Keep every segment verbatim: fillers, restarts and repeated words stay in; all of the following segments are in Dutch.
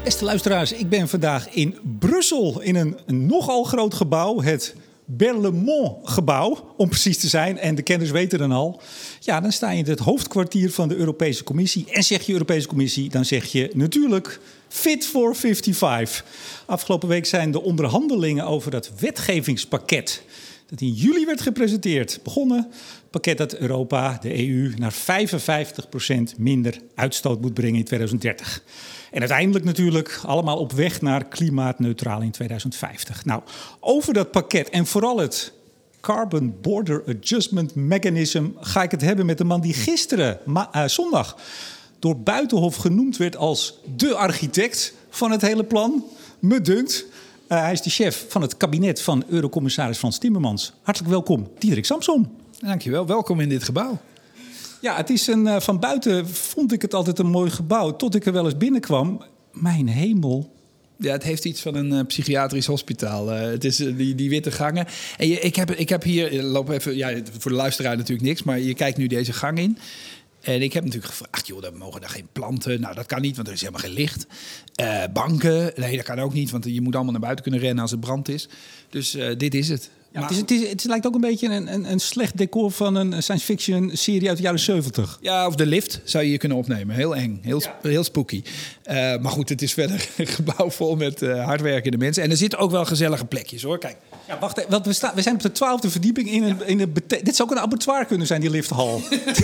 Beste luisteraars, ik ben vandaag in Brussel in een nogal groot gebouw. Het Berlaymont-gebouw, om precies te zijn. En de kenners weten dan al. Ja, dan sta je in het hoofdkwartier van de Europese Commissie. En zeg je Europese Commissie, dan zeg je natuurlijk Fit for vijfenvijftig. Afgelopen week zijn de onderhandelingen over dat wetgevingspakket dat in juli werd gepresenteerd begonnen. Pakket dat Europa, de E U, naar vijfenvijftig procent minder uitstoot moet brengen in tweeduizend dertig. En uiteindelijk natuurlijk allemaal op weg naar klimaatneutraal in tweeduizend vijftig. Nou, over dat pakket en vooral het Carbon Border Adjustment Mechanism ga ik het hebben met de man die gisteren, ma- uh, zondag, door Buitenhof genoemd werd als de architect van het hele plan. Me dunkt. Uh, hij is de chef van het kabinet van Eurocommissaris Frans Timmermans. Hartelijk welkom, Diederik Samsom. Dankjewel, welkom in dit gebouw. Ja, het is een, uh, van buiten vond ik het altijd een mooi gebouw, tot ik er wel eens binnenkwam. Mijn hemel. Ja, het heeft iets van een uh, psychiatrisch hospitaal. Uh, het is uh, die, die witte gangen. En je, ik, heb, ik heb hier, loop even, ja, voor de luisteraar natuurlijk niks, maar je kijkt nu deze gang in. En ik heb natuurlijk gevraagd, joh, dan mogen daar geen planten. Nou, dat kan niet, want er is helemaal geen licht. Uh, banken, nee, dat kan ook niet, want je moet allemaal naar buiten kunnen rennen als het brand is. Dus uh, dit is het. Ja, maar, het, is, het, is, het lijkt ook een beetje een, een, een slecht decor van een science fiction serie uit de jaren zeventig. Ja, of de lift zou je hier kunnen opnemen. Heel eng, heel, ja. heel spooky. Uh, maar goed, het is verder een gebouw vol met uh, hardwerkende mensen. En er zitten ook wel gezellige plekjes, hoor. Kijk. Ja, wacht even, want we, staan, we zijn op de twaalfde verdieping in een... Ja. In een bete- dit zou ook een abattoir kunnen zijn, die lifthal.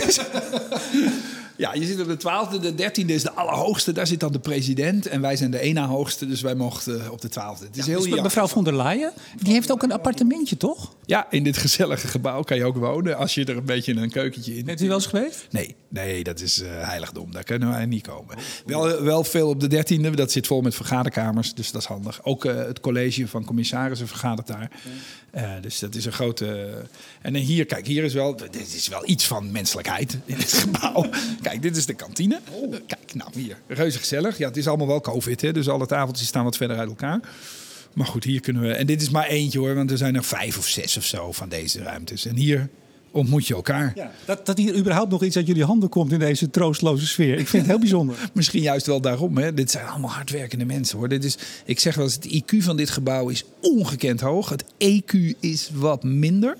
Ja, je zit op de twaalfde, de dertiende is de allerhoogste. Daar zit dan de president. En wij zijn de ene hoogste, dus wij mochten op de twaalfde. Het is ja, heel dus mevrouw von der Leyen, die heeft ook een appartementje, toch? Ja, in dit gezellige gebouw kan je ook wonen als je er een beetje een keukentje in... Bent u wel eens geweest? Nee, nee, dat is uh, heiligdom. Daar kunnen wij niet komen. Wel, wel veel op de dertiende, dat zit vol met vergaderkamers, dus dat is handig. Ook uh, het college van commissarissen vergadert daar. Uh, dus dat is een grote... Uh, en hier, kijk, hier is wel... Dit is wel iets van menselijkheid in dit gebouw. Kijk, dit is de kantine. Uh, kijk, nou hier, reuze gezellig. Ja, het is allemaal wel COVID, hè, dus alle tafeltjes staan wat verder uit elkaar. Maar goed, hier kunnen we... En dit is maar eentje, hoor, want er zijn er vijf of zes of zo van deze ruimtes. En hier ontmoet je elkaar. Ja, dat, dat hier überhaupt nog iets uit jullie handen komt in deze troostloze sfeer. Ik vind het heel bijzonder. Misschien juist wel daarom. Hè. Dit zijn allemaal hardwerkende mensen, hoor. Dit is, ik zeg wel eens, het I Q van dit gebouw is ongekend hoog. Het E Q is wat minder.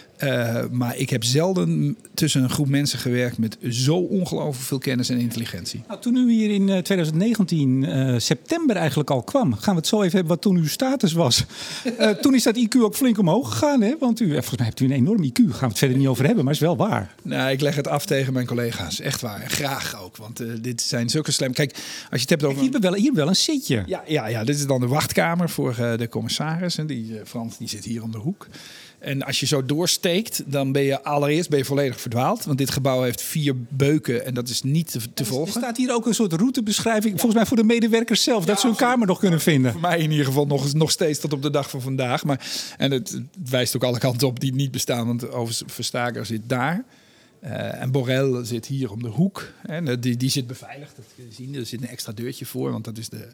Uh, maar ik heb zelden tussen een groep mensen gewerkt met zo ongelooflijk veel kennis en intelligentie. Nou, toen u hier in twintig negentien, uh, september eigenlijk al kwam, gaan we het zo even hebben wat toen uw status was. Uh, toen is dat I Q ook flink omhoog gegaan, hè? Want u, volgens mij hebt u een enorm I Q. Gaan we het verder niet over hebben, maar is wel waar. Nou, ik leg het af tegen mijn collega's. Echt waar. En graag ook. Want uh, dit zijn zulke slim. Kijk, als je het hebt over... Kijk, hier, wel, hier wel een zitje. Ja, ja, ja, dit is dan de wachtkamer voor uh, de commissaris. En die, uh, Frans die zit hier om de hoek. En als je zo doorsteekt, dan ben je allereerst ben je volledig verdwaald. Want dit gebouw heeft vier beuken en dat is niet te, te volgen. Er staat hier ook een soort routebeschrijving, ja. Volgens mij voor de medewerkers zelf. Ja, dat ze hun kamer nog kunnen vinden. Voor mij in ieder geval nog, nog steeds tot op de dag van vandaag. Maar, en het, het wijst ook alle kanten op die niet bestaan. Want Verstager zit daar. Uh, en Borrell zit hier om de hoek. En die, die zit beveiligd, dat kun je zien. Er zit een extra deurtje voor, want dat is de...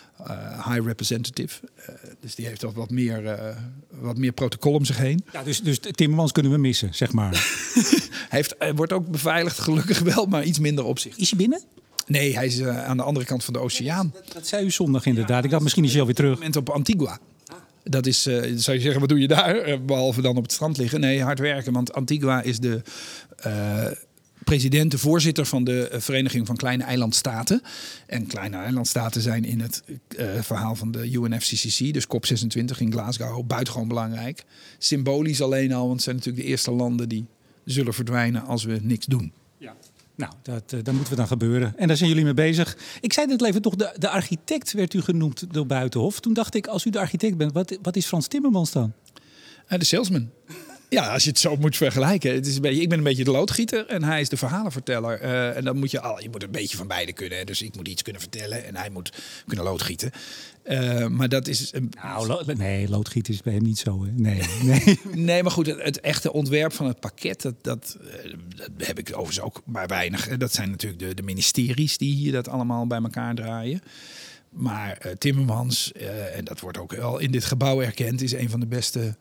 Uh, high representative. Uh, dus die heeft wat meer, uh, wat meer protocol om zich heen. Ja, dus, dus Timmermans kunnen we missen, zeg maar. hij, heeft, hij wordt ook beveiligd, gelukkig wel, maar iets minder opzicht. Is hij binnen? Nee, hij is uh, aan de andere kant van de oceaan. Dat, dat zei u zondag inderdaad. Ja, ik dacht, misschien is hij alweer terug. Moment op Antigua. Dat is, uh, zou je zeggen, wat doe je daar? Uh, behalve dan op het strand liggen. Nee, hard werken, want Antigua is de... Uh, president, de voorzitter van de Vereniging van Kleine Eilandstaten. En Kleine Eilandstaten zijn in het uh, verhaal van de U N F C C C, dus C O P zesentwintig in Glasgow, buitengewoon belangrijk. Symbolisch alleen al, want het zijn natuurlijk de eerste landen die zullen verdwijnen als we niks doen. Ja. Nou, dat, uh, dat moeten we dan gebeuren. En daar zijn jullie mee bezig. Ik zei net even toch, de, de architect werd u genoemd door Buitenhof. Toen dacht ik, als u de architect bent, wat, wat is Frans Timmermans dan? Uh, de salesman. Ja, als je het zo moet vergelijken. Het is een beetje, ik ben een beetje de loodgieter en hij is de verhalenverteller. Uh, en dan moet je al, je moet een beetje van beide kunnen. Dus ik moet iets kunnen vertellen en hij moet kunnen loodgieten. Uh, maar dat is... Een... Nou, lo- nee, loodgieten is bij hem niet zo. Hè? Nee, nee. nee, maar goed, het, het echte ontwerp van het pakket, dat, dat, uh, dat heb ik overigens ook maar weinig. Dat zijn natuurlijk de, de ministeries die hier dat allemaal bij elkaar draaien. Maar uh, Timmermans, uh, en dat wordt ook wel in dit gebouw erkend, is een van de beste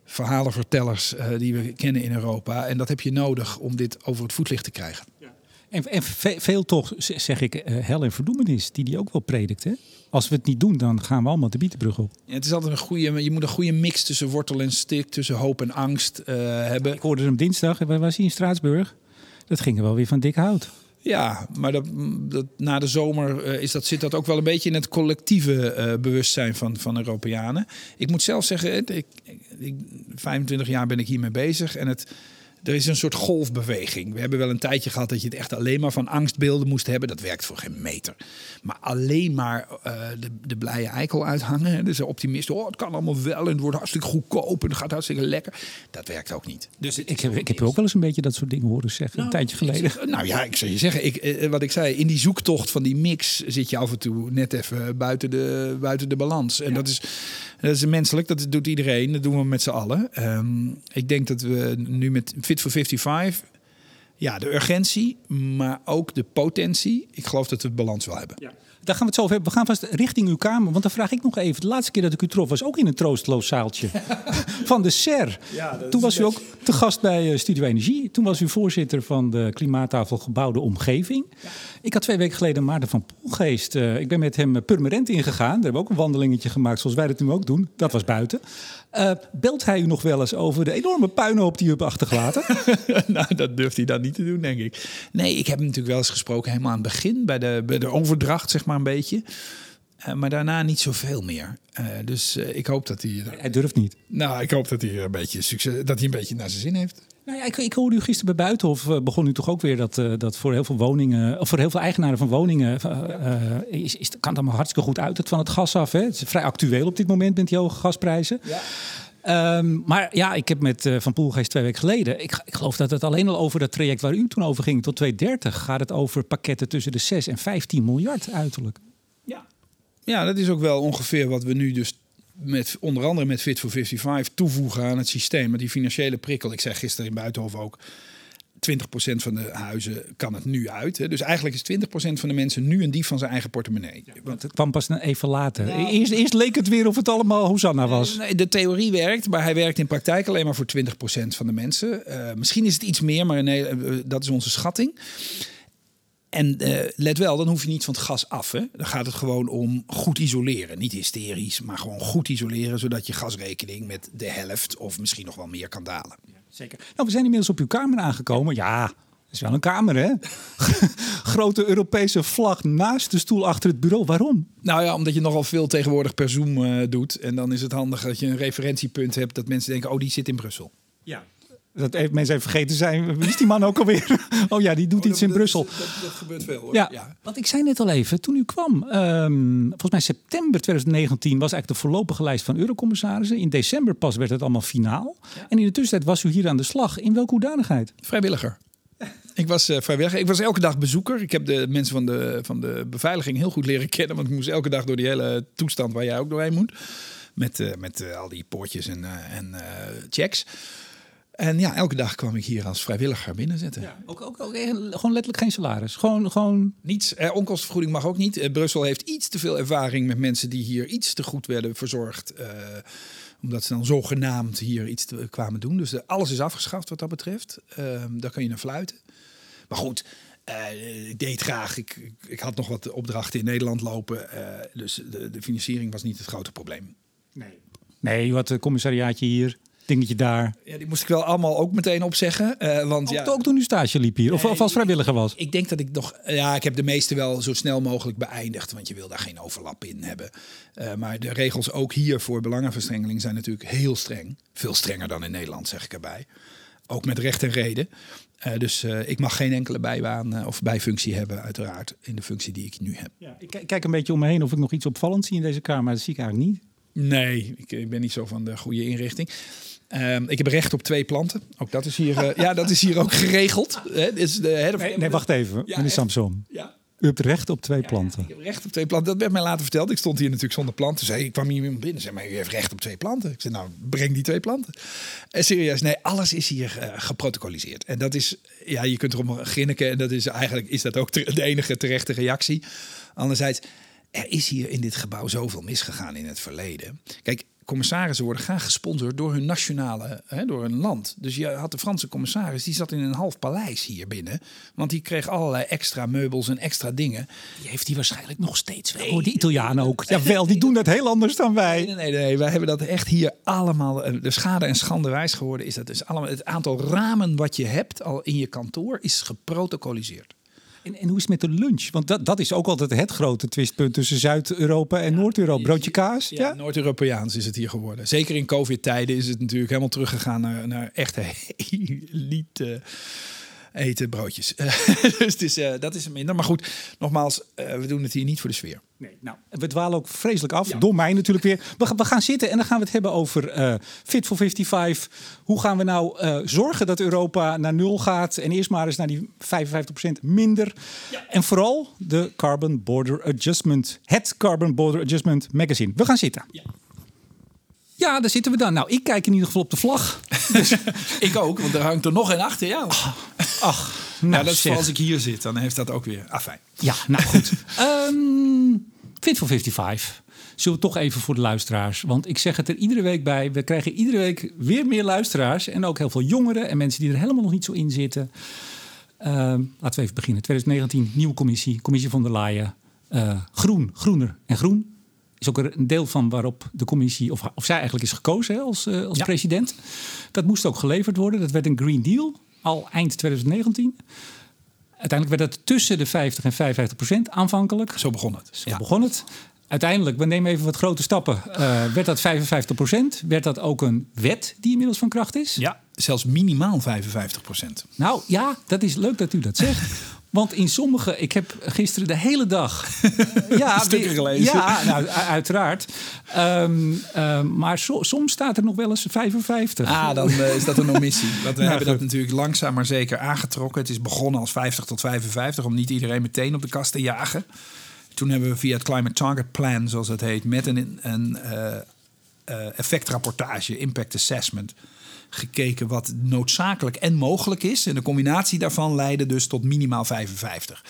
verhalenvertellers uh, die we kennen in Europa. En dat heb je nodig om dit over het voetlicht te krijgen. Ja. En, en ve- veel toch, zeg ik, uh, hel en verdoemenis, die die ook wel predikt. Hè? Als we het niet doen, dan gaan we allemaal de Bietenbrug op. Ja, het is altijd een goede, je moet een goede mix tussen wortel en stik, tussen hoop en angst uh, hebben. Ik hoorde hem dinsdag, waar was hij in Straatsburg? Dat ging er wel weer van dik hout. Ja, maar dat, dat, na de zomer uh, is dat, zit dat ook wel een beetje in het collectieve uh, bewustzijn van, van Europeanen. Ik moet zelf zeggen, ik, ik, vijfentwintig jaar ben ik hiermee bezig en het... Er is een soort golfbeweging. We hebben wel een tijdje gehad dat je het echt alleen maar van angstbeelden moest hebben. Dat werkt voor geen meter. Maar alleen maar uh, de, de blije eikel uithangen. Dus de optimisten, oh, het kan allemaal wel en het wordt hartstikke goedkoop en het gaat hartstikke lekker. Dat werkt ook niet. Dus ik heb, ik heb ook wel eens een beetje dat soort dingen horen zeggen, nou, een tijdje geleden. Zeg, nou ja, ik zou je zeggen, ik, uh, wat ik zei, in die zoektocht van die mix zit je af en toe net even buiten de, buiten de balans. En ja. dat is... Dat is menselijk, dat doet iedereen, dat doen we met z'n allen. Um, ik denk dat we nu met Fit for vijfenvijftig, ja, de urgentie, maar ook de potentie. Ik geloof dat we het balans wel hebben. Ja. Daar gaan we het zo over hebben. We gaan vast richting uw kamer, want dan vraag ik nog even. De laatste keer dat ik u trof was ook in een troosteloos zaaltje van de S E R. Ja, Toen was u ook te gast bij Studio Energie. Toen was u voorzitter van de klimaattafel Gebouwde Omgeving. Ja. Ik had twee weken geleden Maarten van Poelgeest. Uh, ik ben met hem Purmerend ingegaan. Daar hebben we ook een wandelingetje gemaakt, zoals wij dat nu ook doen. Dat was buiten. Uh, belt hij u nog wel eens over de enorme puinhoop die u hebt achtergelaten? Nou, dat durft hij dan niet te doen, denk ik. Nee, ik heb hem natuurlijk wel eens gesproken helemaal aan het begin, bij de, bij de overdracht, zeg maar een beetje. Uh, maar daarna niet zoveel meer. Uh, dus uh, ik hoop dat hij... Uh, hij durft niet. Nou, ik hoop dat hij een beetje succes, dat hij een beetje naar zijn zin heeft. Nou ja, ik, ik hoorde u gisteren bij Buitenhof, uh, begon u toch ook weer dat, uh, dat voor heel veel woningen, of voor heel veel eigenaren van woningen, uh, is, is, kan het allemaal hartstikke goed uit het van het gas af. Hè? Het is vrij actueel op dit moment met die hoge gasprijzen. Ja. Um, maar ja, ik heb met uh, Van Poelgeest twee weken geleden, ik, ik geloof dat het alleen al over dat traject waar u toen over ging, tot tweeduizend dertig, gaat het over pakketten tussen de zes en vijftien miljard uiterlijk. Ja. Ja, dat is ook wel ongeveer wat we nu dus met onder andere met Fit for vijfenvijftig toevoegen aan het systeem. Met die financiële prikkel. Ik zei gisteren in Buitenhof ook, twintig procent van de huizen kan het nu uit. Hè. Dus eigenlijk is twintig procent van de mensen nu een dief van zijn eigen portemonnee. Ja, want het kwam pas even later. Nou, eerst, eerst leek het weer of het allemaal Hosanna was. Nee, de theorie werkt, maar hij werkt in praktijk alleen maar voor twintig procent van de mensen. Uh, misschien is het iets meer, maar nee, uh, dat is onze schatting. En uh, let wel, dan hoef je niet van het gas af. Hè? Dan gaat het gewoon om goed isoleren. Niet hysterisch, maar gewoon goed isoleren, zodat je gasrekening met de helft of misschien nog wel meer kan dalen. Ja, zeker. Nou, we zijn inmiddels op uw kamer aangekomen. Ja, dat is wel een kamer, hè? Grote Europese vlag naast de stoel achter het bureau. Waarom? Nou ja, omdat je nogal veel tegenwoordig per Zoom uh, doet. En dan is het handig dat je een referentiepunt hebt dat mensen denken, oh, die zit in Brussel. Ja. Dat even, mensen even vergeten zijn. Wie is die man ook alweer? Oh ja, die doet oh, iets dat, in Brussel. Dat, dat, dat gebeurt veel, hoor. Ja, ja. Want ik zei net al even, toen u kwam, um, volgens mij september twintig negentien was eigenlijk de voorlopige lijst van eurocommissarissen. In december pas werd het allemaal finaal. Ja. En in de tussentijd was u hier aan de slag. In welke hoedanigheid? Vrijwilliger. Ik was uh, vrijwilliger. Ik was elke dag bezoeker. Ik heb de mensen van de, van de beveiliging heel goed leren kennen. Want ik moest elke dag door die hele toestand waar jij ook doorheen moet. Met, uh, met uh, al die poortjes en, uh, en uh, checks. En ja, elke dag kwam ik hier als vrijwilliger binnenzetten. Ja, ook, ook, ook gewoon letterlijk geen salaris? Gewoon, gewoon... Niets. Eh, onkostenvergoeding mag ook niet. Eh, Brussel heeft iets te veel ervaring met mensen die hier iets te goed werden verzorgd. Uh, omdat ze dan zogenaamd hier iets te, kwamen doen. Dus de, alles is afgeschaft wat dat betreft. Uh, daar kan je naar fluiten. Maar goed, uh, ik deed graag. Ik, ik, ik had nog wat opdrachten in Nederland lopen. Uh, dus de, de financiering was niet het grote probleem. Nee, nee, u had een commissariaatje hier. Dingetje daar. Ja, die moest ik wel allemaal ook meteen opzeggen. Uh, want, ook, ja, ook toen u stage liep hier? Of, of als vrijwilliger was? Ik, ik denk dat ik nog... Ja, ik heb de meeste wel zo snel mogelijk beëindigd. Want je wil daar geen overlap in hebben. Uh, maar de regels ook hier voor belangenverstrengeling zijn natuurlijk heel streng. Veel strenger dan in Nederland, zeg ik erbij. Ook met recht en reden. Uh, dus uh, ik mag geen enkele bijbaan uh, of bijfunctie hebben, uiteraard. In de functie die ik nu heb. Ja, ik k- kijk een beetje om me heen of ik nog iets opvallends zie in deze kamer. Maar dat zie ik eigenlijk niet. Nee, ik, ik ben niet zo van de goede inrichting. Um, ik heb recht op twee planten. Ook dat is hier, uh, ja, dat is hier ook geregeld. He, is de head of... nee, nee, wacht even, ja, meneer Samson. Ja. U hebt recht op twee ja, planten. Ja, ik heb recht op twee planten. Dat werd mij later verteld. Ik stond hier natuurlijk zonder planten. Zei, ik kwam hier binnen en zei, maar u heeft recht op twee planten. Ik zei, nou, breng die twee planten. En serieus, nee, alles is hier uh, geprotocoliseerd. En dat is, ja, je kunt erom grinniken. En dat is eigenlijk is dat ook de enige terechte reactie. Anderzijds, er is hier in dit gebouw zoveel misgegaan in het verleden. Kijk, commissarissen worden graag gesponsord door hun nationale, hè, door een land. Dus je had de Franse commissaris, die zat in een half paleis hier binnen. Want die kreeg allerlei extra meubels en extra dingen. Die heeft hij waarschijnlijk nog steeds wel. Nee. Die Italianen ook. Jawel, die doen dat heel anders dan wij. Nee, nee, nee. Wij hebben dat echt hier allemaal. De schade en schande wijs geworden is dat dus allemaal. Het aantal ramen wat je hebt al in je kantoor is geprotocoliseerd. En, en hoe is het met de lunch? Want dat, dat is ook altijd het grote twistpunt tussen Zuid-Europa en ja, Noord-Europa. Broodje kaas? Ja, ja? Noord-Europeaans is het hier geworden. Zeker in COVID-tijden is het natuurlijk helemaal teruggegaan naar, naar echte elite eten broodjes. Dus het is, uh, dat is minder. Maar goed, nogmaals, uh, we doen het hier niet voor de sfeer. Nee, nou, we dwalen ook vreselijk af. Ja. Door mij natuurlijk weer. We, we gaan zitten en dan gaan we het hebben over uh, Fit for vijfenvijftig. Hoe gaan we nou uh, zorgen dat Europa naar nul gaat? En eerst maar eens naar die vijfenvijftig procent minder. Ja. En vooral de Carbon Border Adjustment. Het Carbon Border Adjustment Magazine. We gaan zitten. Ja. Ja, daar zitten we dan. Nou, ik kijk in ieder geval op de vlag. Dus ik ook, want er hangt er nog een achter jou. Ach, ach nou, nou, dat is voor als ik hier zit, dan heeft dat ook weer. Ah, fijn. Ja, nou goed. um, Fit for vijfenvijftig. Zullen we toch even voor de luisteraars. Want ik zeg het er iedere week bij. We krijgen iedere week weer meer luisteraars. En ook heel veel jongeren en mensen die er helemaal nog niet zo in zitten. Uh, laten we even beginnen. twintig negentien, nieuwe commissie. Commissie van der Leyen. Uh, groen, groener en groen. Is ook een deel van waarop de commissie, of, of zij eigenlijk is gekozen hè, als, uh, als ja. president. Dat moest ook geleverd worden. Dat werd een Green Deal, al eind twintig negentien. Uiteindelijk werd dat tussen de vijftig en vijfenvijftig procent aanvankelijk. Zo begon het. Zo ja. begon het. Uiteindelijk, we nemen even wat grote stappen, uh, werd dat vijfenvijftig procent. Werd dat ook een wet die inmiddels van kracht is? Ja, zelfs minimaal vijfenvijftig procent. Nou ja, dat is leuk dat u dat zegt. Want in sommige, ik heb gisteren de hele dag uh, ja, stukken gelezen. Ja, nou, uiteraard. Um, um, maar so, soms staat er nog wel eens vijfenvijftig. Ah, dan uh, is dat een omissie. Want we nou, hebben goed. dat natuurlijk langzaam maar zeker aangetrokken. Het is begonnen als vijftig tot vijfenvijftig om niet iedereen meteen op de kast te jagen. Toen hebben we via het Climate Target Plan, zoals het heet, met een, een uh, uh, effectrapportage, impact assessment, gekeken wat noodzakelijk en mogelijk is. En de combinatie daarvan leidde dus tot minimaal vijfenvijftig.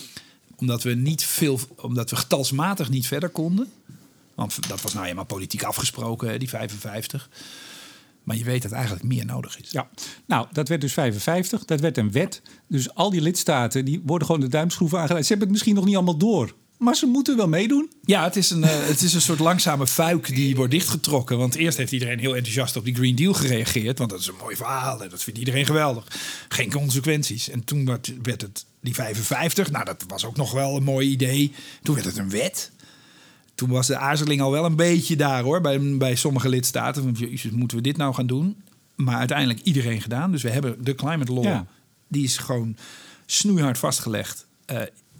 Omdat we niet veel, omdat we getalsmatig niet verder konden. Want dat was nou eenmaal politiek afgesproken, die vijfenvijftig. Maar je weet dat eigenlijk meer nodig is. Ja, nou, dat werd dus vijfenvijftig. Dat werd een wet. Dus al die lidstaten die worden gewoon de duimschroeven aangeleid. Ze hebben het misschien nog niet allemaal door. Maar ze moeten wel meedoen. Ja, het is een, uh, het is een soort langzame fuik die wordt dichtgetrokken. Want eerst heeft iedereen heel enthousiast op die Green Deal gereageerd. Want dat is een mooi verhaal en dat vindt iedereen geweldig. Geen consequenties. En toen werd, werd het die vijfenvijftig. Nou, dat was ook nog wel een mooi idee. Toen werd het een wet. Toen was de aarzeling al wel een beetje daar hoor. Bij, bij sommige lidstaten. Van, jezus, moeten we dit nou gaan doen? Maar uiteindelijk iedereen gedaan. Dus we hebben de climate law. Ja. Die is gewoon snoeihard vastgelegd. Uh,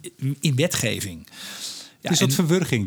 in wetgeving. Ja, het is wat verwurging.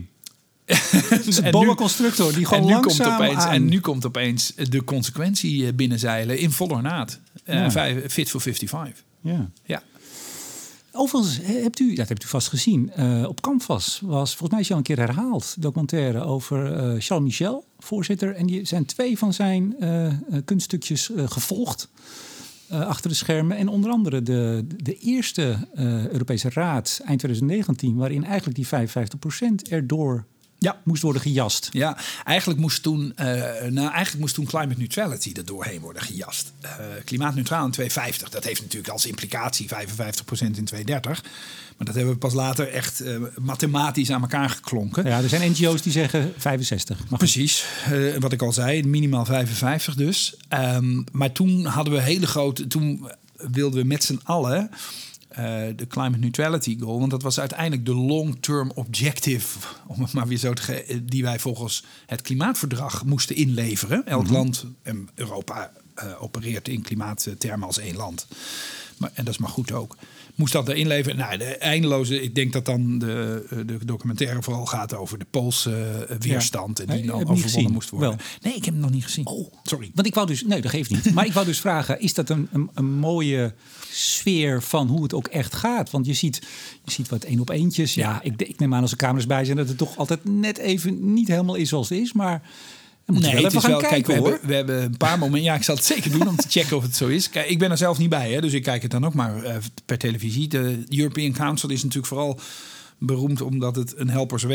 Het is een boa constructor die gewoon en nu langzaam komt opeens, aan... En nu komt opeens de consequentie binnenzeilen in volle ornaat. Ja. Uh, Fit for vijfenvijftig. Ja. ja. Overigens, hebt u, dat hebt u vast gezien, uh, op Canvas was, volgens mij is al een keer herhaald, documentaire over uh, Charles Michel, voorzitter. En die zijn twee van zijn uh, kunststukjes uh, gevolgd. Uh, achter de schermen. En onder andere de, de eerste uh, Europese Raad eind twintig negentien... waarin eigenlijk die vijfenvijftig procent erdoor ja. moest worden gejast. Ja, eigenlijk moest toen, uh, nou, eigenlijk moest toen climate neutrality er doorheen worden gejast. Uh, klimaatneutraal in tweeduizend vijftig, dat heeft natuurlijk als implicatie vijfenvijftig procent in tweeduizend dertig. Maar dat hebben we pas later echt uh, mathematisch aan elkaar geklonken. Ja, er zijn N G O's die zeggen vijfenzestig. Precies, uh, wat ik al zei, minimaal vijfenvijftig dus. Um, maar toen hadden we hele grote, toen wilden we met z'n allen uh, de climate neutrality goal, want dat was uiteindelijk de long-term objective, om het maar weer zo te ge- die wij volgens het klimaatverdrag moesten inleveren. Elk mm-hmm. land, en Europa uh, opereert in klimaattermen als één land. Maar, en dat is maar goed ook. Moest dat erin leveren? Nou, de eindeloze, ik denk dat dan de, de documentaire vooral gaat over de Poolse uh, weerstand. Ja. En die He, dan overwonnen moest worden. Wel. Nee, ik heb hem nog niet gezien. Oh, sorry. Want ik wou dus, nee, dat geeft niet. Maar ik wou dus vragen, is dat een, een, een mooie sfeer van hoe het ook echt gaat? Want je ziet, je ziet wat één op eentjes. Ja, ja ik, ik neem aan als er camera's bij zijn dat het toch altijd net even niet helemaal is zoals het is. Maar nee, wel het is wel. Kijken, kijk, we hebben, we hebben een paar momenten. Ja, ik zal het zeker doen om te checken of het zo is. Kijk, ik ben er zelf niet bij, hè, dus ik kijk het dan ook maar uh, per televisie. De European Council is natuurlijk vooral beroemd omdat het een helpersweg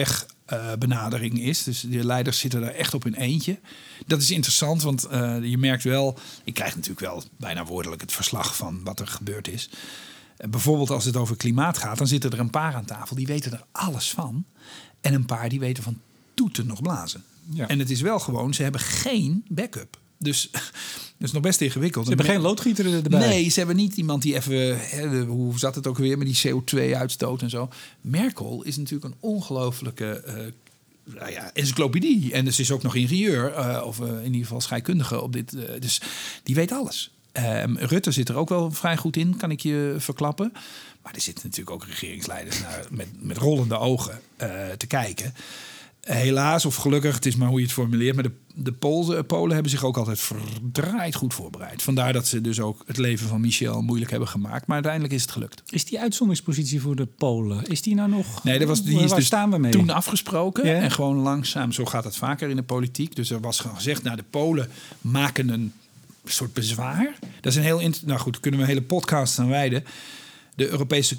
uh, benadering is. Dus de leiders zitten daar echt op hun eentje. Dat is interessant, want uh, je merkt wel... Ik krijg natuurlijk wel bijna woordelijk het verslag van wat er gebeurd is. Uh, bijvoorbeeld als het over klimaat gaat, dan zitten er een paar aan tafel... die weten er alles van. En een paar die weten van toeten nog blazen. Ja. En het is wel gewoon, ze hebben geen backup. Dus dat is nog best ingewikkeld. Ze hebben geen loodgieter erbij. Nee, ze hebben niet iemand die even... Hè, de, hoe zat het ook weer met die C O twee uitstoot en zo. Merkel is natuurlijk een ongelofelijke uh, nou ja, encyclopedie. En dus is ook nog ingenieur, uh, of uh, in ieder geval scheikundige op dit. Uh, dus die weet alles. Uh, Rutte zit er ook wel vrij goed in, kan ik je verklappen. Maar er zitten natuurlijk ook regeringsleiders naar, met, met rollende ogen uh, te kijken. Helaas of gelukkig, het is maar hoe je het formuleert... maar de, de Polen, Polen hebben zich ook altijd verdraaid goed voorbereid. Vandaar dat ze dus ook het leven van Michel moeilijk hebben gemaakt. Maar uiteindelijk is het gelukt. Is die uitzonderingspositie voor de Polen, is die nou nog... Nee, dat was, die is waar dus staan we mee? Toen afgesproken. Ja? En gewoon langzaam, zo gaat het vaker in de politiek. Dus er was gewoon gezegd, nou de Polen maken een soort bezwaar. Dat is een heel... Int- nou goed, daar kunnen we een hele podcast aan wijden. De Europese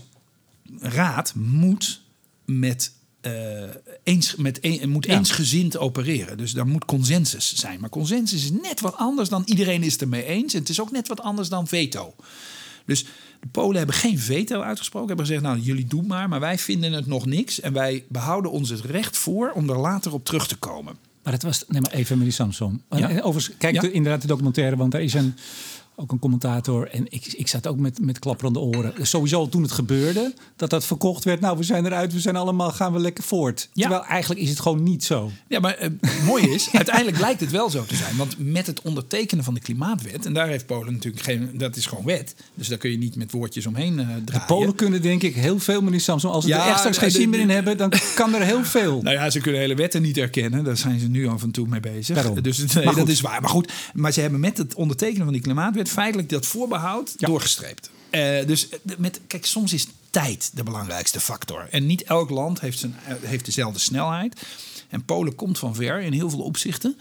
Raad moet met... Uh, eens, met een, moet ja. eensgezind opereren. Dus daar moet consensus zijn. Maar consensus is net wat anders dan iedereen is het ermee eens. En het is ook net wat anders dan veto. Dus de Polen hebben geen veto uitgesproken. Hebben gezegd, nou jullie doen maar. Maar wij vinden het nog niks. En wij behouden ons het recht voor om er later op terug te komen. Maar dat was... Nee, maar even meneer Samson. Ja. Overigens, kijk ja. de, inderdaad de documentaire. Want daar is een... ook een commentator. En ik, ik zat ook met, met klapperende oren. Dus sowieso toen het gebeurde, dat dat verkocht werd. Nou, we zijn eruit, we zijn allemaal, gaan we lekker voort. Ja. Terwijl eigenlijk is het gewoon niet zo. Ja, maar uh, mooi is, uiteindelijk lijkt het wel zo te zijn. Want met het ondertekenen van de klimaatwet, en daar heeft Polen natuurlijk geen, dat is gewoon wet. Dus daar kun je niet met woordjes omheen uh, draaien. De Polen kunnen denk ik heel veel, meneer Samson. Als ze ja, er echt straks geen zin meer in hebben, dan kan er heel veel. Nou ja, ze kunnen hele wetten niet erkennen. Daar zijn ze nu af en toe mee bezig. Daarom. Dus nee, dat is waar. Maar goed, maar ze hebben met het ondertekenen van die klimaatwet feitelijk dat voorbehoud ja. doorgestreept. Uh, dus met, kijk, soms is tijd de belangrijkste factor. En niet elk land heeft, zijn, heeft dezelfde snelheid. En Polen komt van ver in heel veel opzichten.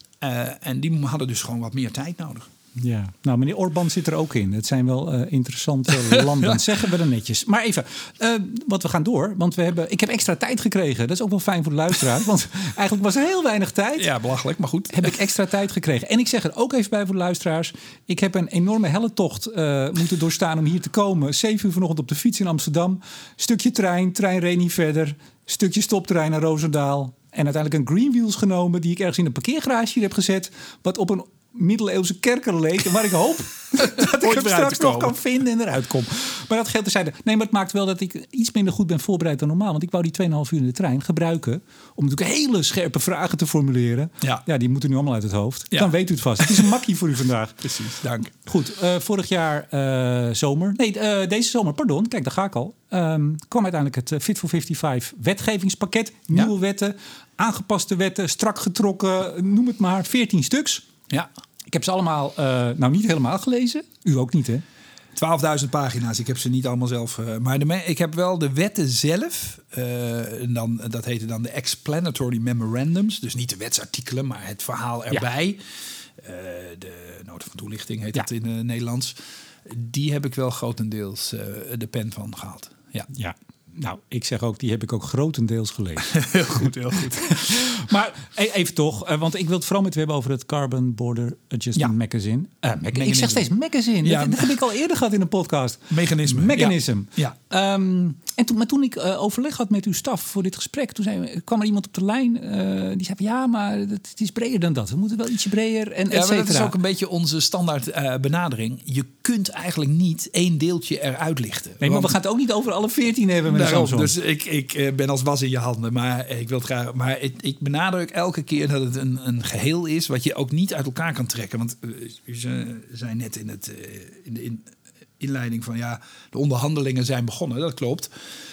Uh, en die hadden dus gewoon wat meer tijd nodig. Ja, nou meneer Orbán zit er ook in. Het zijn wel uh, interessante landen, ja. zeggen we dan netjes. Maar even, uh, wat we gaan door. Want we hebben, ik heb extra tijd gekregen. Dat is ook wel fijn voor de luisteraar. Want eigenlijk was er heel weinig tijd. Ja, belachelijk, maar goed. Heb ik extra tijd gekregen. En ik zeg er ook even bij voor de luisteraars. Ik heb een enorme helletocht uh, moeten doorstaan om hier te komen. Zeven uur vanochtend op de fiets in Amsterdam. Stukje trein, trein reed niet verder. Stukje stoptrein naar Roosendaal. En uiteindelijk een Greenwheels genomen die ik ergens in een parkeergarage hier heb gezet. Wat op een middeleeuwse kerker leek. En waar ik hoop dat ik hem straks nog kan vinden en eruit kom. Maar dat geldt terzijde. Nee, maar het maakt wel dat ik iets minder goed ben voorbereid dan normaal. Want ik wou die twee en een half uur in de trein gebruiken om natuurlijk hele scherpe vragen te formuleren. Ja, ja die moeten nu allemaal uit het hoofd. Ja. Dan weet u het vast. Het is een makkie voor u vandaag. Precies, dank. Goed, uh, vorig jaar uh, zomer. Nee, uh, deze zomer, pardon. Kijk, daar ga ik al. Um, kwam uiteindelijk het Fit for vijfenvijftig wetgevingspakket. Nieuwe ja. wetten, aangepaste wetten, strak getrokken. Noem het maar, veertien stuks. Ja. Ik heb ze allemaal, uh, nou niet helemaal gelezen. U ook niet, hè? twaalfduizend pagina's. Ik heb ze niet allemaal zelf. Uh, maar de me- ik heb wel de wetten zelf. Uh, en dan, dat heette dan de explanatory memorandums. Dus niet de wetsartikelen, maar het verhaal erbij. Ja. Uh, de nota van toelichting heet ja. het in het Nederlands. Die heb ik wel grotendeels uh, de pen van gehad. Ja. Ja. Nou, ik zeg ook, die heb ik ook grotendeels gelezen. Heel goed, heel goed. Maar even toch, uh, want ik wil het vooral met u hebben over het Carbon Border Adjustment ja. Magazine. Uh, Mechanism. Ik zeg steeds magazine. Ja. Dat, dat heb ik al eerder gehad in een podcast. Mechanisme. Mechanism. Ja. Ja. Um, en toen, maar toen ik uh, overleg had met uw staf voor dit gesprek, toen zei, kwam er iemand op de lijn uh, die zei van ja, maar het, het is breder dan dat. We moeten wel ietsje breder en ja, maar dat is ook een beetje onze standaard uh, benadering. Je kunt eigenlijk niet één deeltje eruit lichten. Nee, maar we gaan het ook niet over alle veertien hebben. Daarom, dus ik, ik ben als was in je handen, maar ik wil het graag. Maar ik, ik benadruk elke keer dat het een, een geheel is wat je ook niet uit elkaar kan trekken. Want u zei net in, het, in de in, inleiding van ja, de onderhandelingen zijn begonnen. Dat klopt.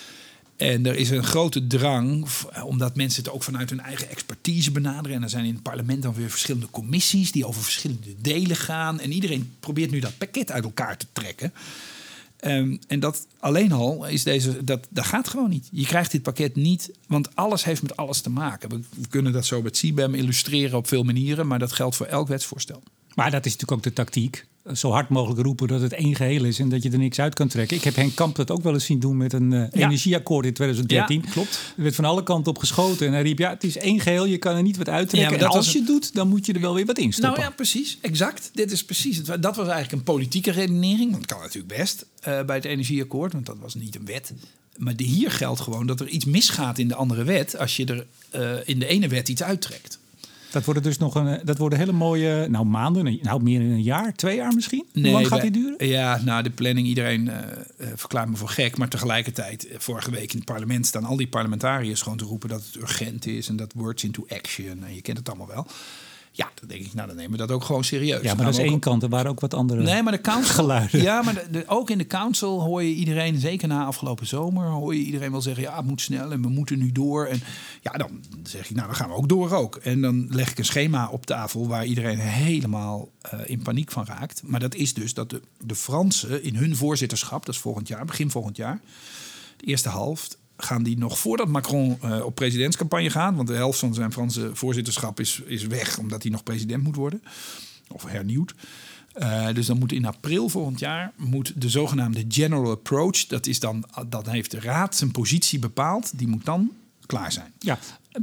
En er is een grote drang, omdat mensen het ook vanuit hun eigen expertise benaderen. En er zijn in het parlement dan weer verschillende commissies die over verschillende delen gaan. En iedereen probeert nu dat pakket uit elkaar te trekken. Um, en dat alleen al is deze, dat, dat gaat gewoon niet. Je krijgt dit pakket niet, want alles heeft met alles te maken. We, we kunnen dat zo met C B A M illustreren op veel manieren, maar dat geldt voor elk wetsvoorstel. Maar dat is natuurlijk ook de tactiek. zo hard mogelijk roepen dat het één geheel is en dat je er niks uit kan trekken. Ik heb Henk Kamp dat ook wel eens zien doen met een uh, ja. energieakkoord in twintig dertien. Ja, klopt. Er werd van alle kanten op geschoten en hij riep, ja, het is één geheel, je kan er niet wat uittrekken. Ja, en als je het doet, dan moet je er wel weer wat in stoppen. Nou ja, precies. Exact. Dit is precies het. Dat was eigenlijk een politieke redenering. Dat kan natuurlijk best uh, bij het energieakkoord, want dat was niet een wet. Maar de, hier geldt gewoon dat er iets misgaat in de andere wet als je er uh, in de ene wet iets uittrekt. Dat worden dus nog een, dat worden hele mooie, nou maanden, nou meer dan een jaar, twee jaar misschien. Hoe nee, lang gaat wij, die duren? Ja, nou de planning, iedereen uh, uh, verklaart me voor gek, maar tegelijkertijd, uh, vorige week in het parlement staan al die parlementariërs gewoon te roepen dat het urgent is en dat words into action. En je kent het allemaal wel. Ja, dan denk ik, nou dan nemen we dat ook gewoon serieus. Ja, maar dat is één kant. Er waren ook wat andere nee, maar de council, geluiden. Ja, maar de, de, ook in de council hoor je iedereen, zeker na afgelopen zomer, hoor je iedereen wel zeggen, ja, het moet snel en we moeten nu door. En ja, dan zeg ik, nou dan gaan we ook door ook. En dan leg ik een schema op tafel waar iedereen helemaal uh, in paniek van raakt. Maar dat is dus dat de, de Fransen in hun voorzitterschap, dat is volgend jaar, begin volgend jaar, de eerste helft, gaan die nog voordat Macron uh, op presidentscampagne gaat, want de helft van zijn Franse voorzitterschap is, is weg omdat hij nog president moet worden of hernieuwd. Uh, dus dan moet in april volgend jaar moet de zogenaamde general approach, dat is dan, dan heeft de raad zijn positie bepaald, die moet dan klaar zijn. Ja,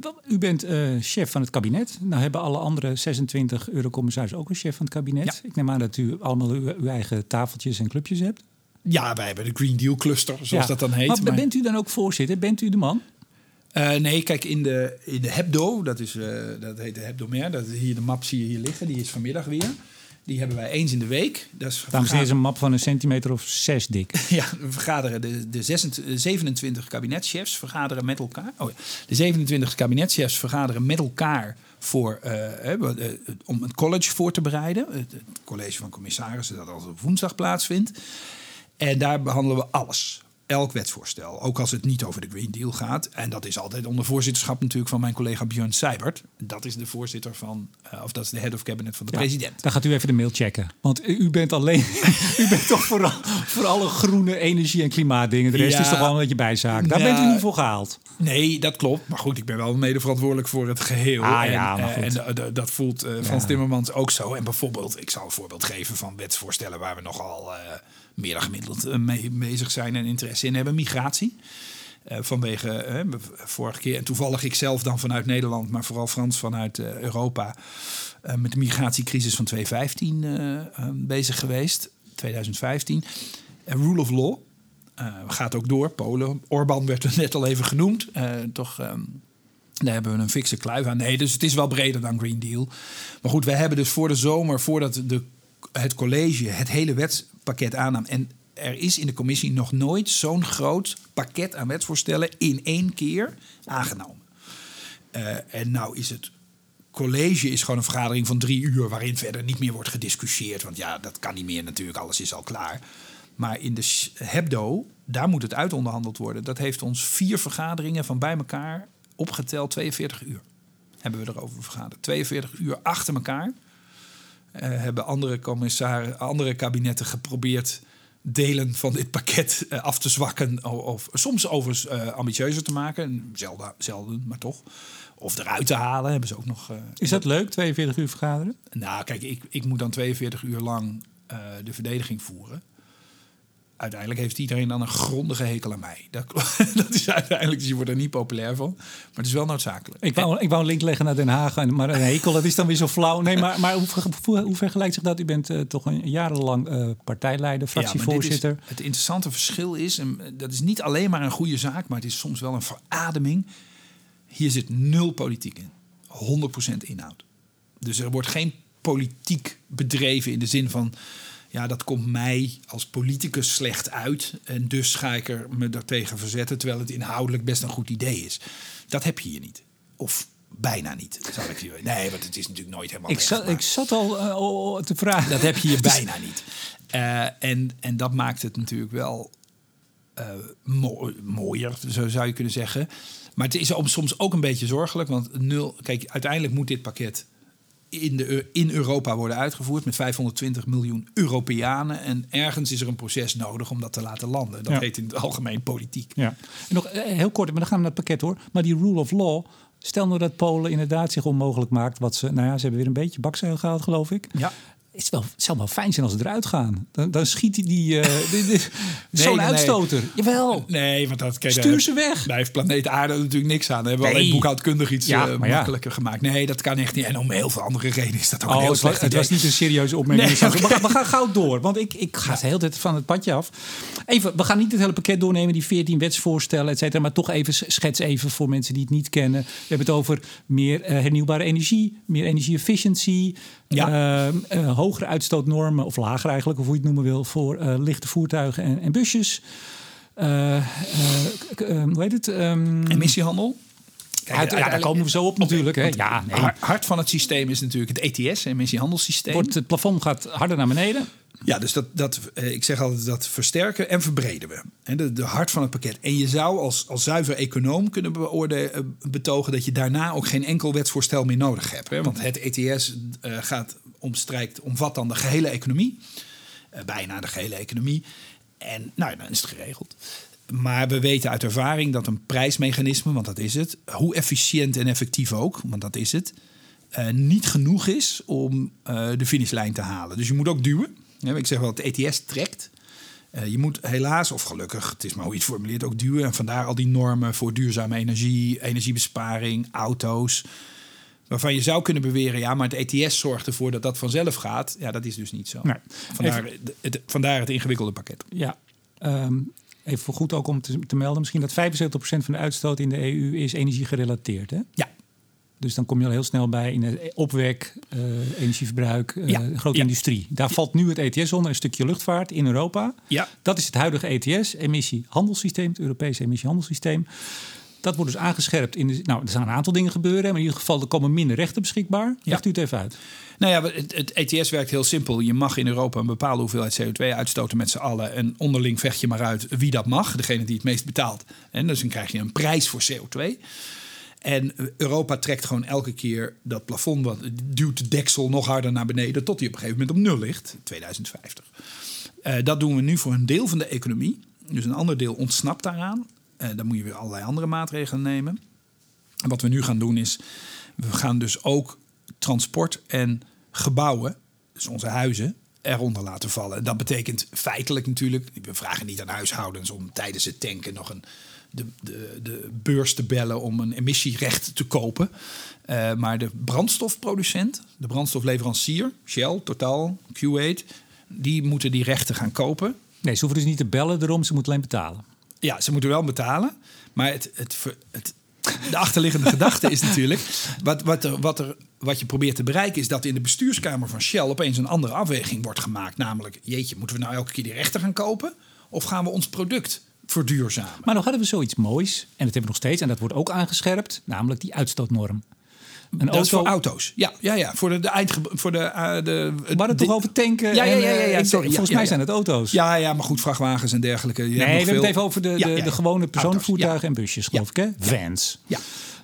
u bent uh, chef van het kabinet. Nou hebben alle andere zesentwintig eurocommissarissen ook een chef van het kabinet. Ja. Ik neem aan dat u allemaal uw, uw eigen tafeltjes en clubjes hebt. Ja, wij hebben de Green Deal cluster, zoals ja. dat dan heet. Maar, maar bent u dan ook voorzitter? Bent u de man? Uh, nee, kijk, in de, in de Hebdo, dat, is, uh, dat heet de Hebdomer, dat is hier de map zie je hier liggen, die is vanmiddag weer. Die hebben wij eens in de week. Dat is Dames en heren, is een map van een centimeter of zes dik. Ja, we vergaderen de, de, zesentwintig, de zevenentwintig kabinetschefs vergaderen met elkaar. Oh ja, de zevenentwintig kabinetschefs vergaderen met elkaar voor, uh, uh, uh, om een college voor te bereiden. Het college van commissarissen dat altijd op woensdag plaatsvindt. En daar behandelen we alles. Elk wetsvoorstel. Ook als het niet over de Green Deal gaat. En dat is altijd onder voorzitterschap natuurlijk van mijn collega Björn Seibert. Dat is de voorzitter van, uh, of dat is de head of cabinet van de ja, president. Dan gaat u even de mail checken. Want u bent alleen, u bent toch vooral voor alle groene energie- en klimaatdingen. De rest ja, is toch wel een beetje bijzaak. Daar nou, bent u niet voor gehaald. Nee, dat klopt. Maar goed, ik ben wel mede verantwoordelijk voor het geheel. Ah, en ja, maar goed. en uh, uh, dat voelt uh, Frans ja. Timmermans ook zo. En bijvoorbeeld, ik zal een voorbeeld geven van wetsvoorstellen waar we nogal Uh, meer dan gemiddeld mee bezig zijn en interesse in hebben. Migratie. Uh, vanwege uh, vorige keer, en toevallig ik zelf dan vanuit Nederland, maar vooral Frans vanuit uh, Europa, uh, met de migratiecrisis van twintig vijftien uh, uh, bezig geweest. twintig vijftien. Uh, rule of law. Uh, gaat ook door. Polen. Orbán werd er net al even genoemd. Uh, toch Um, Daar hebben we een fikse kluif aan. Nee, dus het is wel breder dan Green Deal. Maar goed, wij hebben dus voor de zomer, voordat de, het college het hele wetspakket aannam. En er is in de commissie nog nooit zo'n groot pakket aan wetsvoorstellen in één keer aangenomen. Uh, en nou is het college is gewoon een vergadering van drie uur waarin verder niet meer wordt gediscussieerd. Want ja, dat kan niet meer natuurlijk, alles is al klaar. Maar in de Hebdo, daar moet het uitonderhandeld worden. Dat heeft ons vier vergaderingen van bij elkaar opgeteld tweeënveertig uur. Hebben we erover vergaderd. tweeënveertig uur achter elkaar. Uh, hebben andere commissaren, andere kabinetten geprobeerd delen van dit pakket uh, af te zwakken. Of, of soms overigens uh, ambitieuzer te maken. Zelden, zelden, maar toch. Of eruit te halen. Hebben ze ook nog. Uh, Is dat leuk, tweeënveertig uur vergaderen? Nou, kijk, ik, ik moet dan tweeënveertig uur lang uh, de verdediging voeren. Uiteindelijk heeft iedereen dan een grondige hekel aan mij. Dat, dat is uiteindelijk, dus je wordt er niet populair van. Maar het is wel noodzakelijk. Ik wou, ik wou een link leggen naar Den Haag. Maar een hekel, dat is dan weer zo flauw. Nee, maar, maar hoe, hoe, hoe vergelijkt zich dat? U bent uh, toch een jarenlang uh, partijleider, fractievoorzitter. Ja, is, het interessante verschil is, en dat is niet alleen maar een goede zaak, maar het is soms wel een verademing. Hier zit nul politiek in. honderd procent inhoud. Dus er wordt geen politiek bedreven in de zin van, ja, dat komt mij als politicus slecht uit en dus ga ik er me daartegen verzetten, terwijl het inhoudelijk best een goed idee is. Dat heb je hier niet. Of bijna niet, zal ik zeggen. Nee, want het is natuurlijk nooit helemaal ik zat, ik zat al uh, te vragen. Dat heb je hier bijna niet. Uh, en, en dat maakt het natuurlijk wel uh, mo- mooier, zo zou je kunnen zeggen. Maar het is soms ook een beetje zorgelijk, want nul. Kijk, uiteindelijk moet dit pakket in, de, in Europa worden uitgevoerd met vijfhonderdtwintig miljoen Europeanen. En ergens is er een proces nodig om dat te laten landen. Dat ja. heet in het algemeen politiek. Ja. En nog heel kort, maar dan gaan we naar het pakket hoor. Maar die rule of law, stel nou dat Polen inderdaad zich onmogelijk maakt. Wat ze, nou ja, ze hebben weer een beetje bakzeil gehaald, geloof ik. Ja. Het, is wel, het zou wel fijn zijn als ze eruit gaan. Dan, dan schiet hij die, uh, die, die nee, zo'n nee, uitstoter. Nee. Jawel. Nee, want dat kijk, stuur ze weg. Daar heeft planeet Aarde natuurlijk niks aan. Daar hebben we nee. alleen boekhoudkundig iets ja, uh, makkelijker ja. gemaakt. Nee, dat kan echt niet. En om heel veel andere redenen is dat ook oh, een heel het slecht was, idee. Het was niet een serieuze opmerking. Nee, okay. we, gaan, we gaan gauw door, want ik, ik ga ja. de hele tijd van het padje af. Even, we gaan niet het hele pakket doornemen, die veertien wetsvoorstellen, et cetera. Maar toch even schets even voor mensen die het niet kennen. We hebben het over meer uh, hernieuwbare energie, meer energie-efficiëntie, ja. uh, uh, hogere uitstootnormen, of lager eigenlijk, of hoe je het noemen wil, voor uh, lichte voertuigen en, en busjes. Uh, uh, uh, hoe heet het? Um, Emissiehandel. Kijk, uit, ja, daar komen we zo op natuurlijk. Hè. Ja, nee. Hart van het systeem is natuurlijk het E T S, emissiehandelssysteem. Wordt, het plafond gaat harder naar beneden. Ja, dus dat, dat, ik zeg altijd dat versterken en verbreden we. En de, de hart van het pakket. En je zou als, als zuiver econoom kunnen beoordelen, betogen dat je daarna ook geen enkel wetsvoorstel meer nodig hebt. Hè? Want het E T S uh, gaat omstrijkt, omvat dan de gehele economie. Uh, bijna de gehele economie. En nou, dan is het geregeld. Maar we weten uit ervaring dat een prijsmechanisme, want dat is het, hoe efficiënt en effectief ook, want dat is het, uh, niet genoeg is om uh, de finishlijn te halen. Dus je moet ook duwen. Ja, ik zeg wel, het E T S trekt. Uh, je moet helaas, of gelukkig, het is maar hoe je het formuleert, ook duwen. En vandaar al die normen voor duurzame energie, energiebesparing, auto's. Waarvan je zou kunnen beweren, ja, maar het E T S zorgt ervoor dat dat vanzelf gaat. Ja, dat is dus niet zo. Nee. Vandaar, het, het, vandaar het ingewikkelde pakket. Ja, um, even voor goed ook om te, te melden, misschien dat vijfenzeventig procent van de uitstoot in de E U is energiegerelateerd, hè? Ja. Dus dan kom je al heel snel bij in het opwek, uh, energieverbruik, uh, ja. grote ja. industrie. Daar ja. valt nu het E T S onder, een stukje luchtvaart in Europa. Ja. Dat is het huidige E T S, emissiehandelssysteem, het Europese emissiehandelssysteem. Dat wordt dus aangescherpt. In de, nou, er zijn een aantal dingen gebeuren, maar in ieder geval er komen minder rechten beschikbaar. Legt ja. u het even uit. Nou ja, het, het E T S werkt heel simpel. Je mag in Europa een bepaalde hoeveelheid C O twee uitstoten met z'n allen. En onderling vecht je maar uit wie dat mag. Degene die het meest betaalt. En dus dan krijg je een prijs voor C O twee. En Europa trekt gewoon elke keer dat plafond, wat duwt de deksel nog harder naar beneden, tot die op een gegeven moment op nul ligt, tweeduizend vijftig. Uh, dat doen we nu voor een deel van de economie. Dus een ander deel ontsnapt daaraan. Uh, dan moet je weer allerlei andere maatregelen nemen. En wat we nu gaan doen is, we gaan dus ook transport en gebouwen, dus onze huizen, eronder laten vallen. En dat betekent feitelijk natuurlijk, we vragen niet aan huishoudens om tijdens het tanken nog een De, de, de beurs te bellen om een emissierecht te kopen. Uh, maar de brandstofproducent, de brandstofleverancier, Shell, Total, Q acht, die moeten die rechten gaan kopen. Nee, ze hoeven dus niet te bellen erom, ze moeten alleen betalen. Ja, ze moeten wel betalen. Maar het, het, het, de achterliggende gedachte is natuurlijk, wat, wat, er, wat, er, wat je probeert te bereiken is dat in de bestuurskamer van Shell opeens een andere afweging wordt gemaakt. Namelijk, jeetje, moeten we nou elke keer die rechten gaan kopen? Of gaan we ons product verduurzamen? Maar nog hadden we zoiets moois, en dat hebben we nog steeds, en dat wordt ook aangescherpt, namelijk die uitstootnorm. Een dat auto... is voor auto's. Ja, ja, ja. Voor de, de eindge... voor de, uh, de we hadden het toch over tanken? Ja, ja, ja. ja, ja. En, Sorry, volgens ja, mij ja, zijn het auto's. Ja, ja, maar goed, vrachtwagens en dergelijke. Je nee, we veel... hebben het even over de, de, ja, ja, ja. de gewone personenvoertuigen ja. en busjes, geloof ja. ik, hè? Vans. Ja.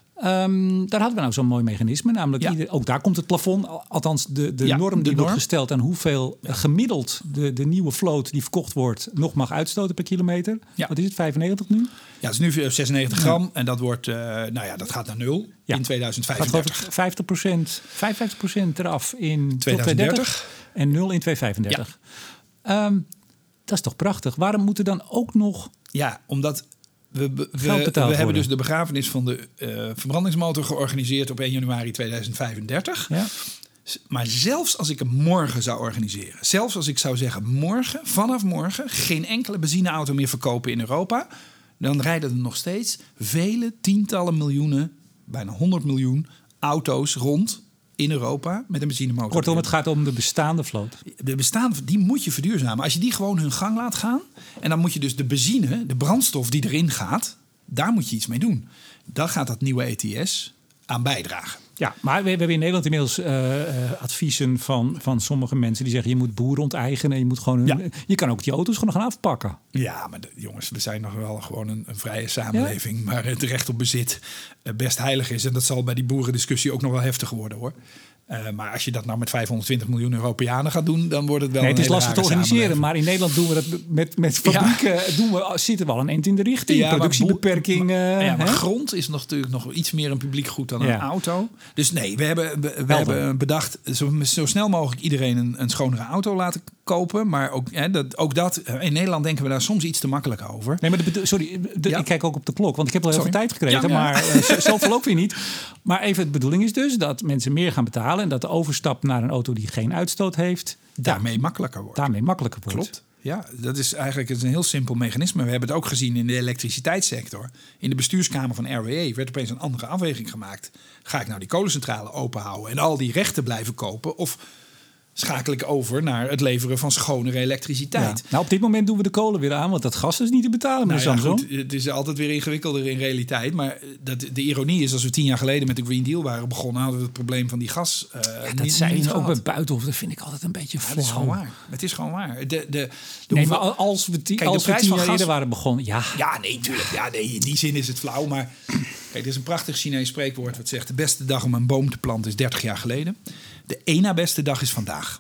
Um, daar hadden we nou zo'n mooi mechanisme. Namelijk, ja. ieder, ook daar komt het plafond, althans de, de ja, norm die de wordt norm. gesteld aan hoeveel ja. gemiddeld de, de nieuwe vloot die verkocht wordt nog mag uitstoten per kilometer. Ja. Wat is het, vijfennegentig nu? Ja, het is nu zesennegentig gram ja. en dat wordt, uh, nou ja, dat gaat naar nul ja. in tweeduizend vijfendertig. Gaat vijftig procent, vijfenvijftig procent eraf in tweeduizend dertig en nul in tweeduizend vijfendertig. Ja. Um, dat is toch prachtig? Waarom moet er dan ook nog... Ja, omdat... We, we, we, we hebben dus de begrafenis van de uh, verbrandingsmotor georganiseerd op één januari tweeduizend vijfendertig. Ja. Maar zelfs als ik hem morgen zou organiseren, zelfs als ik zou zeggen morgen, vanaf morgen, geen enkele benzineauto meer verkopen in Europa, dan rijden er nog steeds vele tientallen miljoenen, bijna honderd miljoen auto's rond in Europa met een benzinemotor. Kortom, het gaat om de bestaande vloot. De bestaande, die moet je verduurzamen. Als je die gewoon hun gang laat gaan, en dan moet je dus de benzine, de brandstof die erin gaat, daar moet je iets mee doen. Daar gaat dat nieuwe E T S aan bijdragen. Ja, maar we hebben in Nederland inmiddels uh, uh, adviezen van, van sommige mensen die zeggen, je moet boeren onteigenen, je moet gewoon, ja. je kan ook die auto's gewoon gaan afpakken. Ja, maar de, jongens, we zijn nog wel gewoon een, een vrije samenleving, ja? Maar het recht op bezit uh, best heilig is. En dat zal bij die boerendiscussie ook nog wel heftiger worden, hoor. Uh, maar als je dat nou met vijfhonderdtwintig miljoen Europeanen gaat doen, dan wordt het wel nee, een het is hele lastig te rare organiseren, maar in Nederland doen we dat met, met fabrieken. Ja. Doen we, zitten we al een eind in de richting. Ja, productiebeperking. Maar, uh, ja, maar grond is nog, natuurlijk nog iets meer een publiek goed dan ja. een auto. Dus nee, we hebben, we, we hebben bedacht zo, zo snel mogelijk iedereen een, een schonere auto laten kopen. Maar ook, hè, dat, ook dat, in Nederland denken we daar soms iets te makkelijk over. Nee, maar de, sorry, de, ja. ik kijk ook op de klok, want ik heb al heel sorry. veel tijd gekregen. Ja, ja. Maar uh, zoveel ook weer niet. Maar even, de bedoeling is dus dat mensen meer gaan betalen en dat de overstap naar een auto die geen uitstoot heeft, daarmee makkelijker wordt. Daarmee makkelijker wordt. Klopt. Ja, dat is eigenlijk een heel simpel mechanisme. We hebben het ook gezien in de elektriciteitssector. In de bestuurskamer van R W E werd opeens een andere afweging gemaakt. Ga ik nou die kolencentrale openhouden en al die rechten blijven kopen? Of schakel ik over naar het leveren van schonere elektriciteit? Ja. Nou, op dit moment doen we de kolen weer aan, want dat gas is niet te betalen. Nou ja, goed, het is altijd weer ingewikkelder in realiteit. Maar dat, de ironie is, als we tien jaar geleden met de Green Deal waren begonnen, hadden we het probleem van die gas. Uh, ja, dat zijn niet ook bij Buitenhof. Dat vind ik altijd een beetje flauw. Ja, dat is gewoon waar. Het is gewoon waar. De, de, de nee, hoeveel, maar als we, tien, kijk, als we tien jaar gas, eerder waren begonnen, ja. Ja, nee, tuurlijk. Ja, nee, in die zin is het flauw. Maar kijk, er is een prachtig Chinees spreekwoord wat zegt: de beste dag om een boom te planten is dertig jaar geleden. De één na beste dag is vandaag.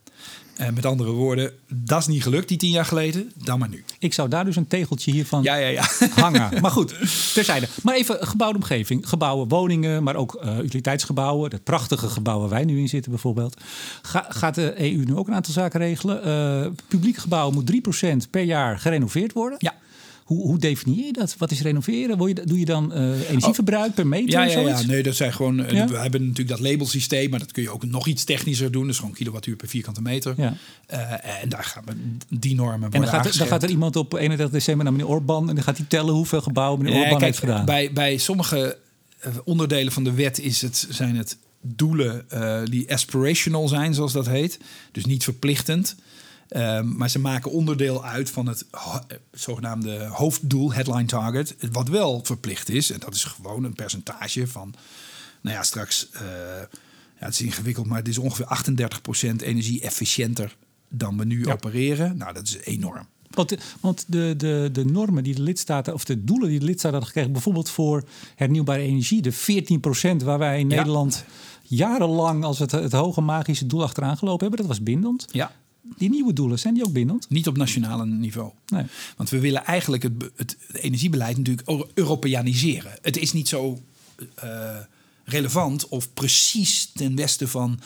Uh, met andere woorden, dat is niet gelukt die tien jaar geleden, dan maar nu. Ik zou daar dus een tegeltje hiervan ja, ja, ja. hangen. Maar goed, terzijde. Maar even gebouwde omgeving. Gebouwen, woningen, maar ook uh, utiliteitsgebouwen. Dat prachtige gebouw waar wij nu in zitten bijvoorbeeld. Ga, gaat de E U nu ook een aantal zaken regelen? Uh, publieke gebouwen moet drie procent per jaar gerenoveerd worden. Ja. Hoe, hoe definieer je dat? Wat is renoveren? Wil je, doe je dan uh, energieverbruik oh. per meter? Ja, of ja, zoiets? ja, nee, dat zijn gewoon. Uh, ja? We hebben natuurlijk dat labelsysteem, maar dat kun je ook nog iets technischer doen. Dus gewoon kilowattuur per vierkante meter. Ja. Uh, en daar gaan we die normen worden En dan gaat, er, dan gaat er iemand op eenendertig december naar meneer Orbán en dan gaat hij tellen hoeveel gebouwen meneer nee, Orbán kijk, heeft gedaan. Bij, bij sommige onderdelen van de wet is het, zijn het doelen uh, die aspirational zijn, zoals dat heet. Dus niet verplichtend. Um, maar ze maken onderdeel uit van het ho- zogenaamde hoofddoel, headline target, wat wel verplicht is. En dat is gewoon een percentage van, nou ja, straks, uh, ja, het is ingewikkeld, maar het is ongeveer achtendertig procent energie-efficiënter dan we nu ja. opereren. Nou, dat is enorm. Want, de, want de, de, de normen die de lidstaten, of de doelen die de lidstaten hadden gekregen, bijvoorbeeld voor hernieuwbare energie, de veertien procent waar wij in ja. Nederland jarenlang als het, het hoge magische doel achteraan gelopen hebben, dat was bindend. Ja. Die nieuwe doelen, zijn die ook bindend? Niet op nationaal niveau. Nee. Want we willen eigenlijk het, het, het energiebeleid natuurlijk Europeaniseren. Het is niet zo uh, relevant of precies ten westen van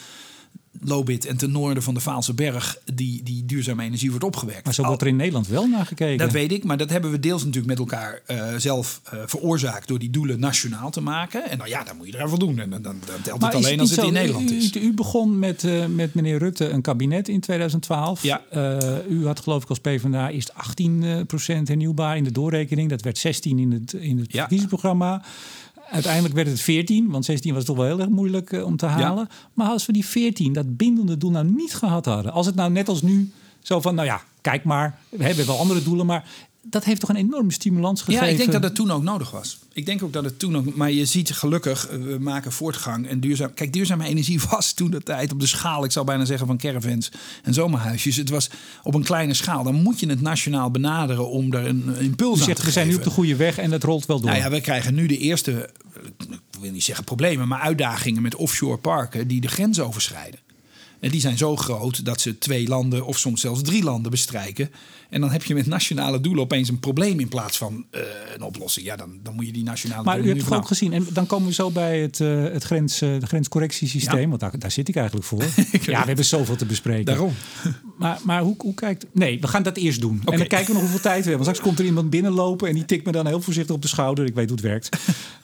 Lobit en ten noorden van de Vaalse Berg die, die duurzame energie wordt opgewerkt. Maar zo wordt er in Nederland wel naar gekeken. Dat weet ik, maar dat hebben we deels natuurlijk met elkaar uh, zelf uh, veroorzaakt door die doelen nationaal te maken. En nou ja, dan moet je eraan voldoen. En dan, dan, dan telt maar het alleen als het zo, in Nederland u, is. U, u begon met, uh, met meneer Rutte een kabinet in tweeduizend twaalf. Ja. Uh, u had geloof ik als PvdA eerst achttien procent hernieuwbaar in de doorrekening. Dat werd zestien in het, in het ja. verkiezingsprogramma. Uiteindelijk werd het veertien, want zestien was toch wel heel erg moeilijk uh, om te halen. Ja. Maar als we die veertien, dat bindende doel nou niet gehad hadden. Als het nou net als nu zo van, nou ja, kijk maar. We hebben wel andere doelen, maar dat heeft toch een enorme stimulans gegeven? Ja, ik denk dat het toen ook nodig was. Ik denk ook dat het toen ook... Maar je ziet gelukkig, we maken voortgang. En duurzaam, kijk, duurzame energie was toen de tijd op de schaal, ik zou bijna zeggen, van caravans en zomerhuisjes. Het was op een kleine schaal. Dan moet je het nationaal benaderen om er een impuls aan te geven. We zijn nu op de goede weg en dat rolt wel door. Nou ja, we krijgen nu de eerste, ik wil niet zeggen problemen, maar uitdagingen met offshore parken die de grens overschrijden. En die zijn zo groot dat ze twee landen of soms zelfs drie landen bestrijken. En dan heb je met nationale doelen opeens een probleem in plaats van uh, een oplossing. Ja, dan, dan moet je die nationale maar doelen. Maar u hebt het ook gezien. En dan komen we zo bij het, uh, het grens, uh, de grenscorrectiesysteem. Ja. Want daar, daar zit ik eigenlijk voor. Ja, we hebben zoveel te bespreken. Daarom. Maar, maar hoe, hoe kijkt... Nee, we gaan dat eerst doen. Okay. En dan kijken we nog hoeveel tijd we hebben. Want straks komt er iemand binnenlopen en die tikt me dan heel voorzichtig op de schouder. Ik weet hoe het werkt.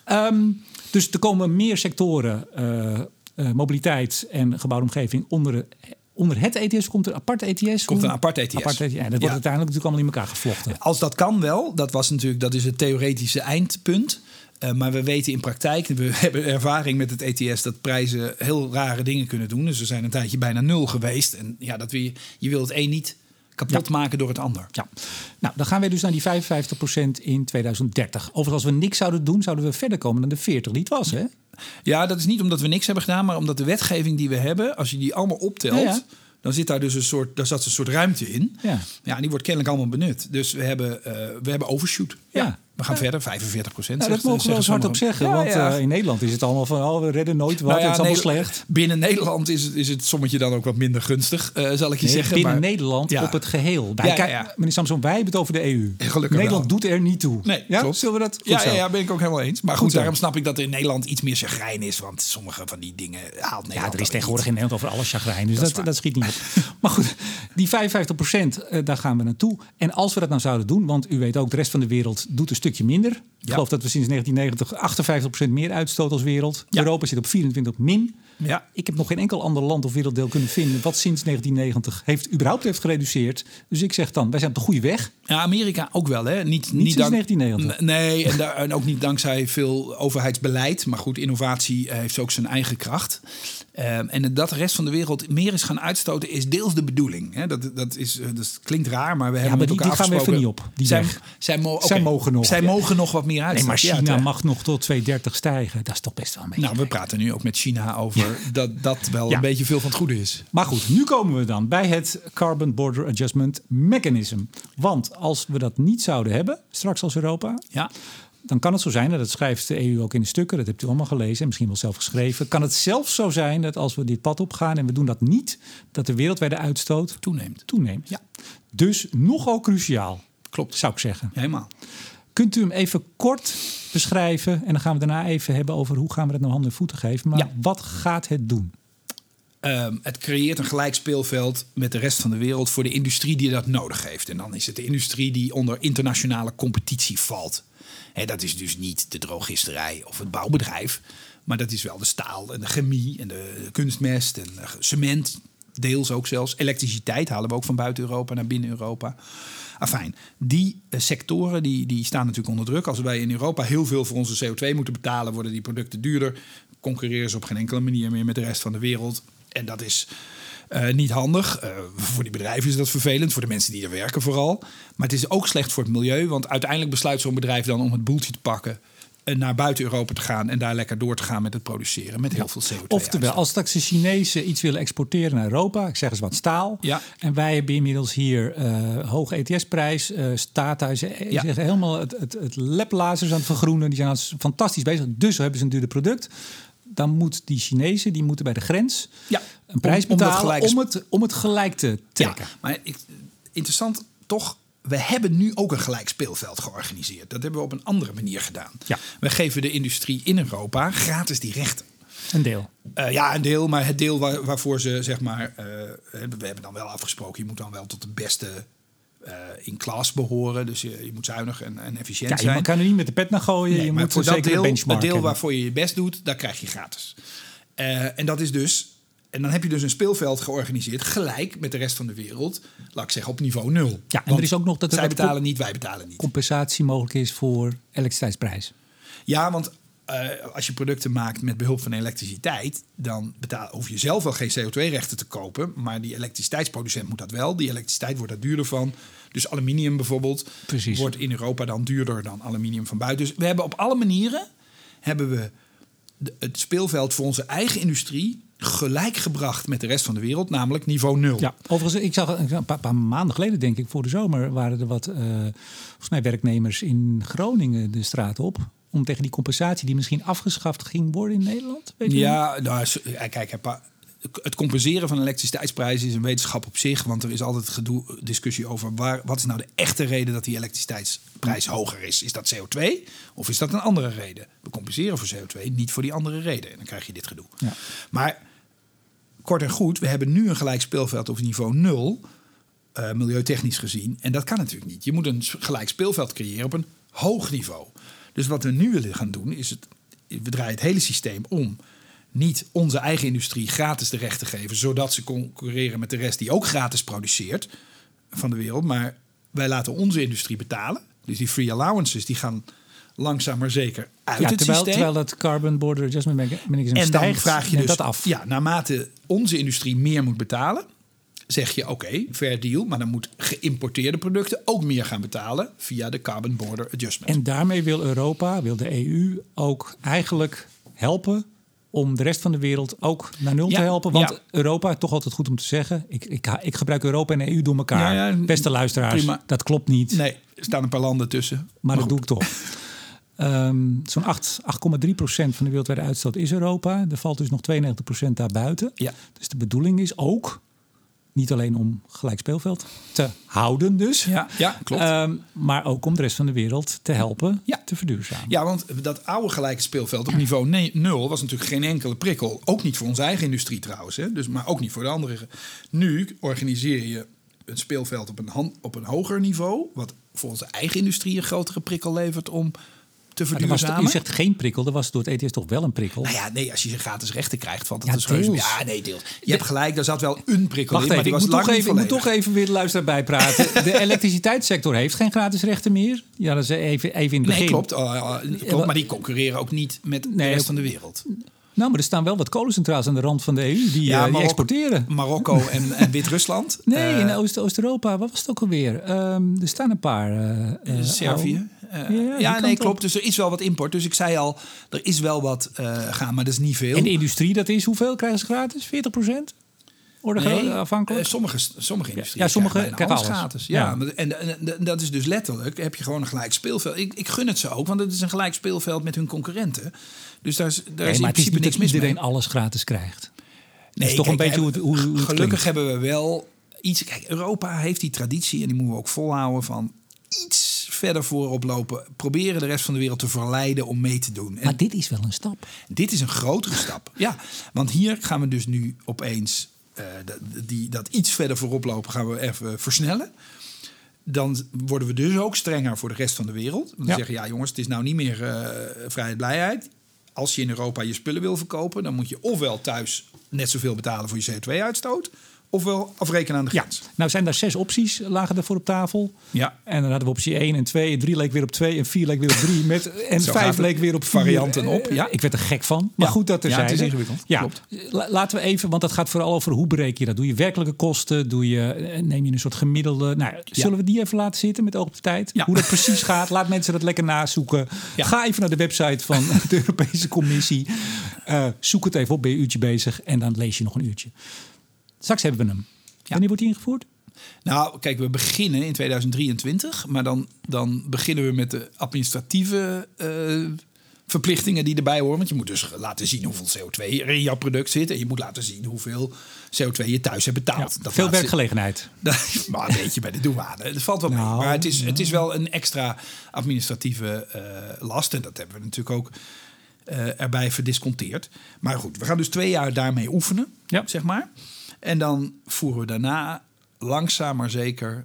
um, dus er komen meer sectoren... Uh, Uh, mobiliteit en gebouwde omgeving onder, onder het E T S. Komt er een apart E T S? Komt een apart E T S. Apart E T S. Ja, dat wordt ja. uiteindelijk natuurlijk allemaal in elkaar gevlochten. Als dat kan wel, dat was natuurlijk, dat is het theoretische eindpunt. Uh, maar we weten in praktijk, we hebben ervaring met het E T S... dat prijzen heel rare dingen kunnen doen. Dus we zijn een tijdje bijna nul geweest. En ja, dat we, je wil het een niet kapot ja. maken door het ander. Ja. Nou, dan gaan we dus naar die vijfenvijftig procent in tweeduizend dertig. Overigens, als we niks zouden doen, zouden we verder komen dan de veertig die het was, hè? Ja, dat is niet omdat we niks hebben gedaan, maar omdat de wetgeving die we hebben, als je die allemaal optelt, ja, ja. dan zit daar dus een soort, daar zat een soort ruimte in. Ja. Ja, en die wordt kennelijk allemaal benut. Dus we hebben, uh, we hebben overshoot. Ja. We gaan ja. verder, vijfenveertig procent. Nou, dat mogen we wel eens hardop zeggen. Ja, want ja. Uh, in Nederland is het allemaal van... oh, we redden nooit wat, nou ja, het is allemaal Nederland, slecht. Binnen Nederland is het, is het sommetje dan ook wat minder gunstig, uh, zal ik je nee, zeggen. Binnen maar, Nederland ja. op het geheel. Wij, Ja, kijk, ja, ja. Meneer Samson, wij hebben het over de E U. Gelukkig Nederland wel. doet er niet toe. Nee, ja? klopt. Zullen we dat goed ja, zo? ja, ja, ben ik ook helemaal eens. Maar goed, goed daarom snap ik dat er in Nederland iets meer chagrijn is. Want sommige van die dingen haalt Nederland. Ja, er is tegenwoordig in Nederland over alles chagrijn. Dus dat, dat, dat schiet niet op. Maar goed, die vijfenvijftig procent, uh, daar gaan we naartoe. En als we dat nou zouden doen, want u weet ook, de rest van de wereld doet een stukje minder. Ik ja. geloof dat we sinds negentien negentig achtenvijftig procent meer uitstoot als wereld. Ja. Europa zit op vierentwintig min. Ja. Ik heb nog geen enkel ander land of werelddeel kunnen vinden wat sinds negentien negentig heeft überhaupt heeft gereduceerd. Dus ik zeg dan, wij zijn op de goede weg. Ja, Amerika ook wel, hè? Niet, niet, niet sinds dank, negentien negentig. Nee, en, daar, en ook niet dankzij veel overheidsbeleid. Maar goed, innovatie heeft ook zijn eigen kracht. Um, en dat de rest van de wereld meer is gaan uitstoten is deels de bedoeling. Hè? Dat, dat, is, dat klinkt raar, maar we hebben ja, maar met die, elkaar die gaan we even afgesproken. niet op. Die zij, weg. zij, mo- okay. zij mogen nog. Zij ja. mogen nog wat meer uitstoten. Nee, maar China ja, mag nog tot tweehonderd dertig stijgen. Dat is toch best wel een beetje. Nou, we praten nu ook met China over ja. dat dat wel ja. een beetje veel van het goede is. Maar goed, nu komen we dan bij het Carbon Border Adjustment Mechanism. Want als we dat niet zouden hebben, straks als Europa... Ja. dan kan het zo zijn, en dat schrijft de E U ook in de stukken... dat hebt u allemaal gelezen en misschien wel zelf geschreven... kan het zelfs zo zijn dat als we dit pad opgaan en we doen dat niet... dat de wereldwijde uitstoot toeneemt. toeneemt. Ja. Dus nogal cruciaal, klopt, zou ik zeggen. Helemaal. Kunt u hem even kort beschrijven... en dan gaan we daarna even hebben over hoe gaan we dat nou handen en voeten geven. Maar ja. wat gaat het doen? Um, het creëert een gelijk speelveld met de rest van de wereld... voor de industrie die dat nodig heeft. En dan is het de industrie die onder internationale competitie valt... He, dat is dus niet de drogisterij of het bouwbedrijf. Maar dat is wel de staal en de chemie en de kunstmest en de cement. Deels ook zelfs. Elektriciteit halen we ook van buiten Europa naar binnen Europa. Afijn, die uh, sectoren die, die staan natuurlijk onder druk. Als wij in Europa heel veel voor onze C O twee moeten betalen... worden die producten duurder. Concurreren ze op geen enkele manier meer met de rest van de wereld. En dat is... Uh, niet handig. Uh, voor die bedrijven is dat vervelend. Voor de mensen die er werken vooral. Maar het is ook slecht voor het milieu. Want uiteindelijk besluit zo'n bedrijf dan om het boeltje te pakken... en naar buiten Europa te gaan... en daar lekker door te gaan met het produceren. Met heel ja. veel C O twee. Oftewel, als straks de Chinezen iets willen exporteren naar Europa... ik zeg eens wat staal. Ja. En wij hebben inmiddels hier uh, hoge E T S-prijs. Uh, Stata is ja. helemaal het, het, het laplazers aan het vergroenen. Die zijn fantastisch bezig. Dus hebben ze een duurder product... dan moet die Chinezen, die moeten bij de grens ja, een prijs om, om betalen om, om, het, om het gelijk te trekken. Ja, maar ik, interessant toch, we hebben nu ook een gelijk speelveld georganiseerd. Dat hebben we op een andere manier gedaan. Ja. We geven de industrie in Europa gratis die rechten. Een deel. Uh, ja, een deel, maar het deel waar, waarvoor ze, zeg maar... Uh, we hebben dan wel afgesproken, je moet dan wel tot de beste... Uh, in klas behoren. Dus je, je moet zuinig en, en efficiënt ja, je zijn. Je kan er niet met de pet naar gooien. Nee, je maar moet voor zeker dat deel, benchmark het deel hebben. waarvoor je je best doet, daar krijg je gratis. Uh, en dat is dus... En dan heb je dus een speelveld georganiseerd... gelijk met de rest van de wereld. Laat ik zeggen, op niveau nul. Ja, en Want er is ook nog dat er zij betalen niet, wij betalen niet. Compensatie mogelijk is voor elektriciteitsprijs. Ja, want uh, als je producten maakt met behulp van elektriciteit... dan betaal, hoef je zelf wel geen C O twee rechten te kopen... maar die elektriciteitsproducent moet dat wel. Die elektriciteit wordt daar duurder van. Dus aluminium bijvoorbeeld Precies. wordt in Europa dan duurder dan aluminium van buiten. Dus we hebben op alle manieren... hebben we de, het speelveld voor onze eigen industrie... gelijk gebracht met de rest van de wereld, namelijk niveau nul. Ja, overigens, ik zag een paar, paar maanden geleden, denk ik, voor de zomer... waren er wat, uh, volgens mij, werknemers in Groningen de straat op... om tegen die compensatie die misschien afgeschaft ging worden in Nederland? Weet je ja, nou, kijk, het compenseren van elektriciteitsprijzen is een wetenschap op zich... want er is altijd gedoe, discussie over waar, wat is nou de echte reden... dat die elektriciteitsprijs hoger is. Is dat C O twee of is dat een andere reden? We compenseren voor C O twee, niet voor die andere reden. En dan krijg je dit gedoe. Ja. Maar kort en goed, we hebben nu een gelijk speelveld op niveau nul... Uh, milieutechnisch gezien. En dat kan natuurlijk niet. Je moet een gelijk speelveld creëren op een hoog niveau. Dus wat we nu willen gaan doen is... Het, we draaien het hele systeem om... niet onze eigen industrie gratis de recht te geven... zodat ze concurreren met de rest die ook gratis produceert van de wereld. Maar wij laten onze industrie betalen. Dus die free allowances die gaan langzaam maar zeker uit ja, het terwijl, systeem. Terwijl het Carbon Border Adjustment Mechanism en stijgt, dan vraag je dus, dat af. Ja, naarmate onze industrie meer moet betalen... zeg je oké, okay, fair deal... maar dan moet geïmporteerde producten ook meer gaan betalen... via de Carbon Border Adjustment. En daarmee wil Europa, wil de E U ook eigenlijk helpen... om de rest van de wereld ook naar nul Ja, te helpen? Want ja. Europa, toch altijd goed om te zeggen. Ik, ik, ik gebruik Europa en de E U door elkaar. Ja, ja, Beste luisteraars, prima. dat klopt niet. Nee, er staan een paar landen tussen. Maar, Maar dat goed. doe ik toch. Um, zo'n acht komma drie procent van de wereldwijde uitstoot is Europa. Er valt dus nog tweeënnegentig procent daarbuiten. Ja. Dus de bedoeling is ook, niet alleen om gelijk speelveld te houden dus. Ja, ja klopt. Um, maar ook om de rest van de wereld te helpen Ja. te verduurzamen. Ja, want dat oude gelijke speelveld op niveau ne- nul was natuurlijk geen enkele prikkel. Ook niet voor onze eigen industrie trouwens, hè? Dus, maar ook niet voor de andere. Nu organiseer je een speelveld op een, hand, op een hoger niveau, wat voor onze eigen industrie een grotere prikkel levert om te Maar er was, verduurzamen. u zegt geen prikkel, er was door het E T S toch wel een prikkel? Nou ja, nee, als je gratis rechten krijgt, valt het Ja, dus reuze. deels. Ja, nee, deels. Je hebt gelijk, daar zat wel een prikkel Wacht in, maar even, die ik was moet, lang toch niet even, ik moet volledig. toch even weer de luisteraar bijpraten. De elektriciteitssector heeft geen gratis rechten meer. Ja, dat is even, even in het begin. Nee, klopt, uh, uh, klopt. Maar die concurreren ook niet met de Nee, rest ook- van de wereld. Nou, maar er staan wel wat kolencentrales aan de rand van de E U die, Ja, eh, die Marokko- exporteren. Marokko en, en Wit-Rusland. Nee, Uh, in Oost- Oost-Europa, wat was het ook alweer? Um, er staan een paar... uh, uh, Servië. oude- Uh, Ja, ja, die kant nee, op. klopt. Dus er is wel wat import. Dus ik zei al, er is wel wat uh, gaan, maar dat is niet veel. En de industrie, dat is hoeveel krijgen ze gratis? veertig procent? Worden Nee, groot- afhankelijk? uh, sommige, sommige industrieën ja, sommige krijgen bijna krijgen alles alles. gratis. Ja, Ja. maar- En, en, en dat is dus letterlijk, heb je gewoon een gelijk speelveld. Ik, ik gun het ze ook, want het is een gelijk speelveld met hun concurrenten. Dus daar is, daar Nee, is in maar het is principe niet niks dat mis iedereen mee. alles gratis krijgt. Nee, is toch kijk, een beetje we hoe het- hoe- hoe het Gelukkig klinkt. hebben we wel iets... Kijk, Europa heeft die traditie en die moeten we ook volhouden van iets verder voorop lopen. Proberen de rest van de wereld te verleiden om mee te doen. En Maar dit is wel een stap. dit is een grotere stap. Ja, want hier gaan we dus nu opeens uh, die, dat iets verder voorop lopen gaan we even versnellen. Dan worden we dus ook strenger voor de rest van de wereld. Dan Ja. zeggen ja jongens, het is nou niet meer uh, vrijheid, blijheid. Als je in Europa je spullen wil verkopen, dan moet je ofwel thuis net zoveel betalen voor je C O twee uitstoot, ofwel afrekenen aan de Ja, grens. nou zijn daar zes opties, lagen ervoor op tafel. Ja. En dan hadden we optie één en twee. En drie leek weer op twee. En vier leek weer op drie. Met, en Zo gaat vijf het. leek weer op vier. Varianten op, ja. Ik werd er gek van. Maar Ja. goed, dat er Ja, zijn. het is ingewikkeld. Ja. Klopt. La- laten we even, want dat gaat vooral over hoe bereken je dat. Doe je werkelijke kosten? Doe je, eh, neem je een soort gemiddelde... Nou, zullen we die even laten zitten met oog op de tijd? Ja. Hoe dat precies gaat. Laat mensen dat lekker nazoeken. Ja. Ga even naar de website van de Europese Commissie. Uh, zoek het even op, ben je een uurtje bezig. En dan lees je nog een uurtje. Straks hebben we hem. Wanneer wordt die ingevoerd? Nou, kijk, we beginnen in tweeduizend drieëntwintig, maar dan, dan beginnen we met de administratieve uh, verplichtingen die erbij horen. Want je moet dus laten zien hoeveel C O twee er in jouw product zit. En je moet laten zien hoeveel C O twee je thuis hebt betaald. Ja, dat veel laatste, werkgelegenheid. Dat, maar een beetje bij de douane. Dat valt wel mee. Nou, Maar het is, ja. het is wel een extra administratieve uh, last. En dat hebben we natuurlijk ook uh, erbij verdisconteerd. Maar goed, we gaan dus twee jaar daarmee oefenen, Ja. zeg maar. En dan voeren we daarna langzaam maar zeker...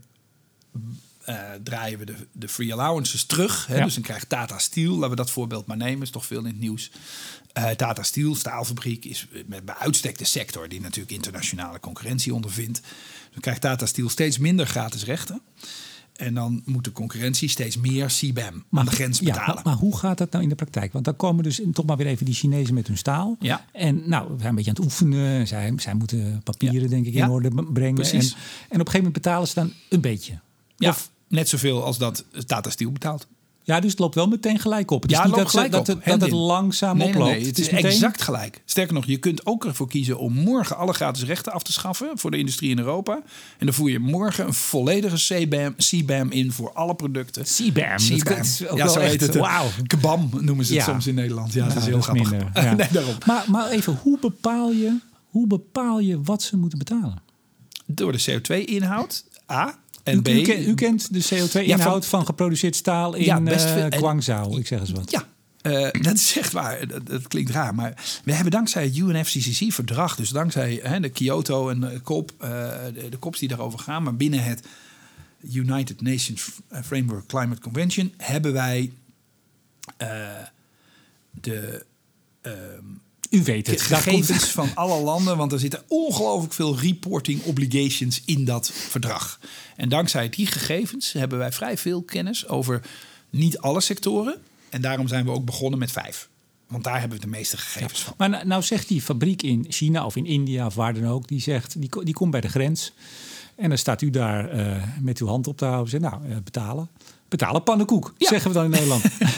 Uh, draaien we de, de free allowances terug. Hè? Ja. Dus dan krijgt Tata Steel, laten we dat voorbeeld maar nemen, is toch veel in het nieuws. Uh, Tata Steel, staalfabriek, is met bij uitstek de sector die natuurlijk internationale concurrentie ondervindt. Dan krijgt Tata Steel steeds minder gratis rechten. En dan moet de concurrentie steeds meer C B A M aan de grens betalen. Ja, maar, maar hoe gaat dat nou in de praktijk? Want dan komen dus toch maar weer even die Chinezen met hun staal. Ja. En nou, we zijn een beetje aan het oefenen. Zij, zij moeten papieren Ja. denk ik Ja. in orde b- brengen. En, en Precies. op een gegeven moment betalen ze dan een beetje. Ja, Of, net zoveel als dat Tata Steel betaalt. ja, dus het loopt wel meteen gelijk op. Het is Ja, niet het dat, loopt ze- gelijk dat, op. het, dat het Hand in. langzaam Nee, nee, oploopt. nee, het is is meteen- exact gelijk. Sterker nog, je kunt ook ervoor kiezen om morgen alle gratis rechten af te schaffen voor de industrie in Europa. En dan voer je morgen een volledige C B A M, C B A M in voor alle producten. C B A M. C B A M. Dat is ook Ja, wel zo heet echt, het. wauw. Kebam noemen ze het Ja. soms in Nederland. Ja, dat Nou, is heel grappig. minder, ja. Nee, daarom. Maar, maar even, hoe bepaal, je, hoe bepaal je wat ze moeten betalen? Door de C O twee inhoud, A. En U, B. u, ken- u kent de C O twee inhoud Ja, van, van- geproduceerd staal in Ja, best veel. eh, En- Guangzhou, ik zeg eens wat. Ja, uh, dat is echt waar. Dat, dat klinkt raar. Maar we hebben dankzij het U N F C C C-verdrag... dus dankzij hè, de Kyoto en de C O P... Uh, de, de C O Ps die daarover gaan... maar binnen het United Nations Framework Climate Convention... hebben wij uh, de... Uh, U weet het. Daar komt- gegevens van alle landen, want er zitten ongelooflijk veel reporting obligations in dat verdrag. En dankzij die gegevens hebben wij vrij veel kennis over niet alle sectoren. En daarom zijn we ook begonnen met vijf. Want daar hebben we de meeste gegevens van. Maar nou, nou zegt die fabriek in China of in India of waar dan ook, die zegt, die, ko- die komt bij de grens. En dan staat u daar uh, met uw hand op te houden. Zegt, nou, uh, betalen. Betalen pannenkoek, Ja. zeggen we dan in Nederland.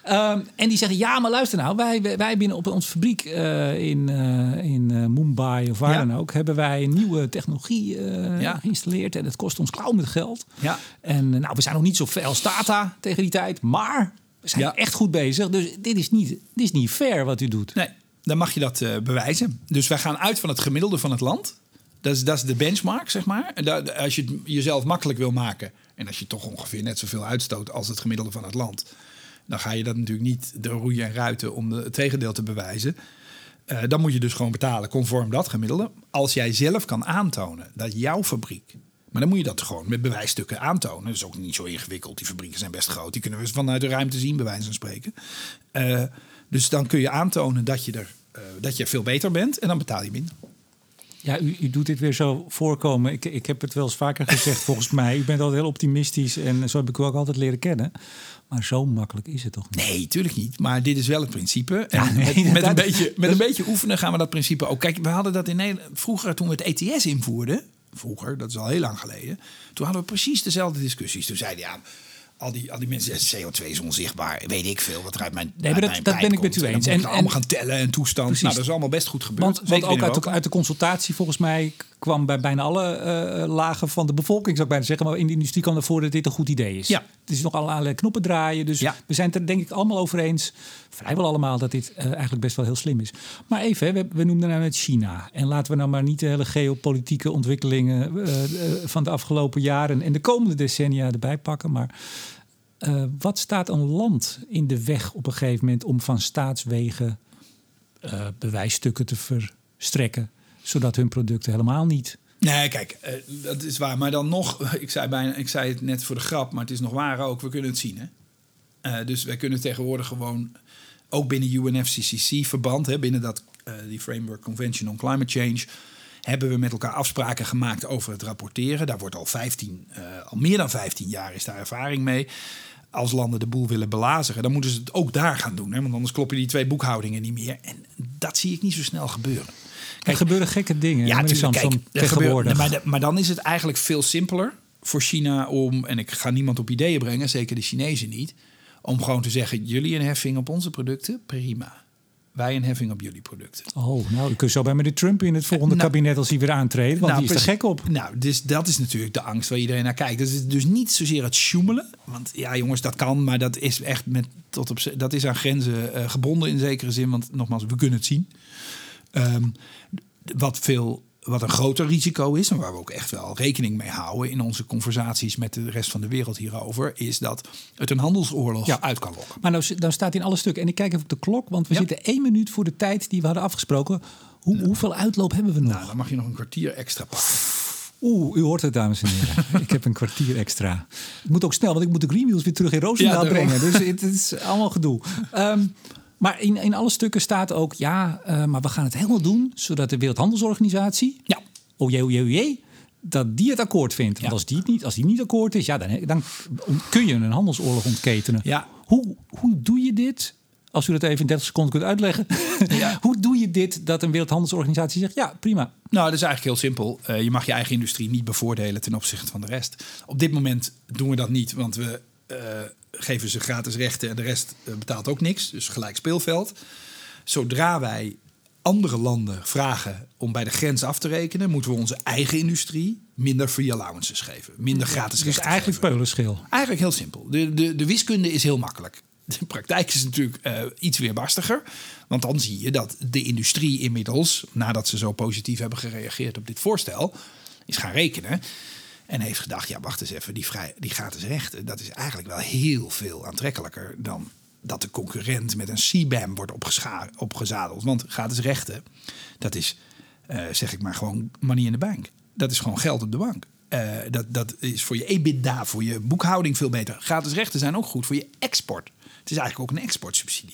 Um, en die zeggen, ja, maar luister nou. Wij, wij, wij binnen op onze fabriek uh, in, uh, in uh, Mumbai of waar ja. dan ook... hebben wij een nieuwe technologie uh, ja. geïnstalleerd. En het kost ons klauw met geld. Ja. En uh, nou, we zijn nog niet zo ver als Tata tegen die tijd. Maar we zijn ja. echt goed bezig. Dus dit is, niet, dit is niet fair wat u doet. Nee, dan mag je dat uh, bewijzen. Dus wij gaan uit van het gemiddelde van het land. Dat is, dat is de benchmark, zeg maar. En da, als je het jezelf makkelijk wil maken... en als je toch ongeveer net zoveel uitstoot als het gemiddelde van het land... dan ga je dat natuurlijk niet de roeien en ruiten om de, het tegendeel te bewijzen. Uh, dan moet je dus gewoon betalen conform dat gemiddelde. Als jij zelf kan aantonen dat jouw fabriek... maar dan moet je dat gewoon met bewijsstukken aantonen. Dat is ook niet zo ingewikkeld. Die fabrieken zijn best groot. Die kunnen we vanuit de ruimte zien, bij wijze van spreken. Uh, dus dan kun je aantonen dat je, er, uh, dat je veel beter bent en dan betaal je minder. Ja, u, u doet dit weer zo voorkomen. Ik, ik heb het wel eens vaker gezegd, volgens mij. U bent altijd heel optimistisch en zo heb ik u ook altijd leren kennen. Maar zo makkelijk is het toch niet? Nee, tuurlijk niet. Maar dit is wel het principe. En ja, nee, met, met, een beetje, met een beetje oefenen gaan we dat principe ook. Kijk, we hadden dat in Nederland vroeger toen we het E T S invoerden. Vroeger, dat is al heel lang geleden. Toen hadden we precies dezelfde discussies. Toen zeiden ja... Al die, al die mensen zeggen, C O twee is onzichtbaar. Weet ik veel wat er uit mijn Nee, maar dat, dat ben ik met u eens. En, en allemaal gaan tellen en toestand. Precies. Nou, dat is allemaal best goed gebeurd. Want, want ook uit de, uit de consultatie volgens mij kwam bij bijna alle uh, lagen van de bevolking, zou ik bijna zeggen, maar in de industrie kwam ervoor dat dit een goed idee is. Ja. Het is nog allerlei knoppen draaien. Dus ja. we zijn het er denk ik allemaal over eens, vrijwel allemaal, dat dit uh, eigenlijk best wel heel slim is. Maar even, hè, we, we noemden nou net China. En laten we nou maar niet de hele geopolitieke ontwikkelingen uh, uh, van de afgelopen jaren en de komende decennia erbij pakken. Maar Uh, wat staat een land in de weg op een gegeven moment om van staatswegen uh, bewijsstukken te verstrekken, zodat hun producten helemaal niet... Nee, kijk, uh, dat is waar. Maar dan nog, ik zei, bijna, ik zei het net voor de grap, maar het is nog waar ook. We kunnen het zien, hè? Uh, dus wij kunnen tegenwoordig gewoon, ook binnen U N F C C C-verband, hè, binnen dat, uh, die Framework Convention on Climate Change, hebben we met elkaar afspraken gemaakt over het rapporteren. Daar wordt al vijftien, uh, al meer dan vijftien jaar is daar ervaring mee. Als landen de boel willen belazeren, dan moeten ze het ook daar gaan doen. Hè? Want anders kloppen die twee boekhoudingen niet meer. En dat zie ik niet zo snel gebeuren. Kijk, er gebeuren gekke dingen. Ja, tuurlijk, kijk, tegenwoordig. Maar, de, maar dan is het eigenlijk veel simpeler voor China om... en ik ga niemand op ideeën brengen, zeker de Chinezen niet... om gewoon te zeggen, jullie een heffing op onze producten, prima. Wij een heffing op jullie producten. Oh, nou, u kunt zo bij meneer Trump in het volgende nou, kabinet als hij weer aantreedt, want nou, die is er gek op. Nou, dus dat is natuurlijk de angst waar iedereen naar kijkt. Dat is dus niet zozeer het sjoemelen, want ja, jongens, dat kan, maar dat is echt met tot op dat is aan grenzen uh, gebonden in zekere zin, want nogmaals, we kunnen het zien. Um, wat veel Wat een groter risico is, en waar we ook echt wel rekening mee houden in onze conversaties met de rest van de wereld hierover, is dat het een handelsoorlog ja. uit kan lokken. Maar nou, nou staat in alle stukken. En ik kijk even op de klok, want we ja. zitten één minuut voor de tijd die we hadden afgesproken. Hoe, ja. Hoeveel uitloop hebben we nog? Nou, dan mag je nog een kwartier extra pakken. Oeh, u hoort het, dames en heren. Ik heb een kwartier extra. Ik moet ook snel, want ik moet de Greenwheels weer terug in Roosendaal ja, brengen. Dus het, het is allemaal gedoe. Um, Maar in, in alle stukken staat ook, ja, uh, maar we gaan het helemaal doen, zodat de Wereldhandelsorganisatie, ja. oh jee, oh jee, oh jee, dat die het akkoord vindt. Want ja. als die het niet, als die niet akkoord is, ja, dan, dan kun je een handelsoorlog ontketenen. Ja. Hoe, hoe doe je dit? Als u dat even in dertig seconden kunt uitleggen. Ja. Hoe doe je dit dat een Wereldhandelsorganisatie zegt, ja, prima. Nou, dat is eigenlijk heel simpel. Uh, je mag je eigen industrie niet bevoordelen ten opzichte van de rest. Op dit moment doen we dat niet, want we Uh, geven ze gratis rechten en de rest uh, betaalt ook niks. Dus gelijk speelveld. Zodra wij andere landen vragen om bij de grens af te rekenen, moeten we onze eigen industrie minder free allowances geven. Minder gratis dus rechten eigenlijk peulenschil. Eigenlijk heel simpel. De, de, de wiskunde is heel makkelijk. De praktijk is natuurlijk uh, iets weerbarstiger. Want dan zie je dat de industrie inmiddels, nadat ze zo positief hebben gereageerd op dit voorstel, is gaan rekenen. En heeft gedacht, ja, wacht eens even, die, vrij, die gratis rechten, dat is eigenlijk wel heel veel aantrekkelijker dan dat de concurrent met een C B A M wordt opgescha- opgezadeld. Want gratis rechten, dat is, uh, zeg ik maar, gewoon money in the bank. Dat is gewoon geld op de bank. Uh, dat, dat is voor je EBITDA, voor je boekhouding veel beter. Gratis rechten zijn ook goed voor je export. Het is eigenlijk ook een exportsubsidie.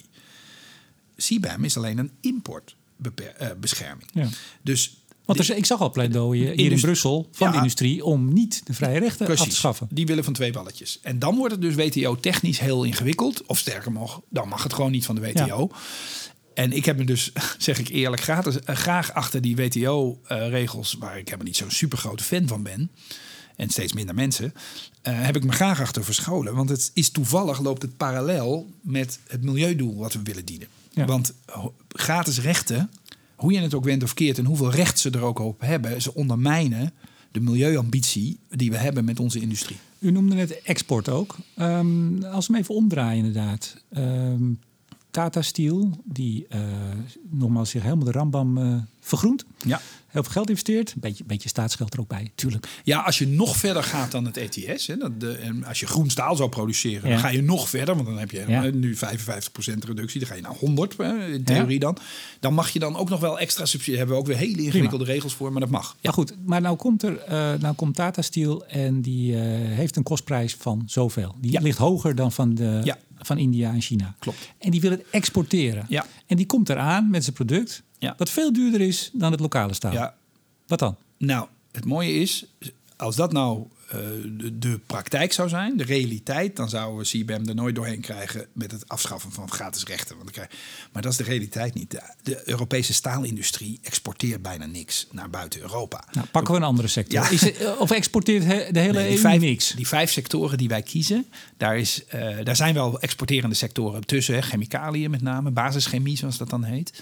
C B A M is alleen een importbescherming. Uh, ja. Dus Want er, ik zag al pleidooien hier industrie, in Brussel van ja, de industrie om niet de vrije rechten precies, af te schaffen. Die willen van twee balletjes. En dan wordt het dus W T O-technisch heel ingewikkeld. Of sterker nog, dan mag het gewoon niet van de W T O. Ja. En ik heb me dus, zeg ik eerlijk, graag, graag achter die W T O-regels, waar ik helemaal niet zo'n super grote fan van ben. en steeds minder mensen, uh, heb ik me graag achter verscholen. Want het is toevallig, loopt het parallel met het milieudoel wat we willen dienen. Ja. Want gratis rechten, hoe je het ook wendt of keert en hoeveel recht ze er ook op hebben, ze ondermijnen de milieuambitie die we hebben met onze industrie. U noemde net export ook. Um, als we hem even omdraaien inderdaad. Um, Tata Steel, die uh, nogmaals zich helemaal de rambam uh, vergroent. Ja. Heel veel geld investeert. Een beetje, beetje staatsgeld er ook bij, tuurlijk. Ja, als je nog verder gaat dan het E T S. Hè, dat de, en als je groen staal zou produceren, ja. dan ga je nog verder. Want dan heb je ja. nu vijfenvijftig procent reductie. Dan ga je naar honderd in theorie ja. dan. Dan mag je dan ook nog wel extra subsidie. Daar hebben we ook weer hele ingewikkelde Prima. regels voor, maar dat mag. Ja. Maar goed, maar nou komt er uh, nou komt Tata Steel en die uh, heeft een kostprijs van zoveel. Die ja. ligt hoger dan van de... Ja. van India en China. Klopt. En die wil het exporteren. Ja. En die komt eraan met zijn product... Ja. wat veel duurder is dan het lokale staal. Ja. Wat dan? Nou, het mooie is, als dat nou uh, de, de praktijk zou zijn, de realiteit, dan zouden we C B A M er nooit doorheen krijgen met het afschaffen van gratis rechten. Want dan krijg... Maar dat is de realiteit niet. De, de Europese staalindustrie exporteert bijna niks naar buiten Europa. Nou, pakken we een andere sector. Ja. Is het, of exporteert de hele nee, die E U vijf, niks? Die vijf sectoren die wij kiezen, daar, is, uh, daar zijn wel exporterende sectoren tussen. Hè, chemicaliën met name, basischemie zoals dat dan heet.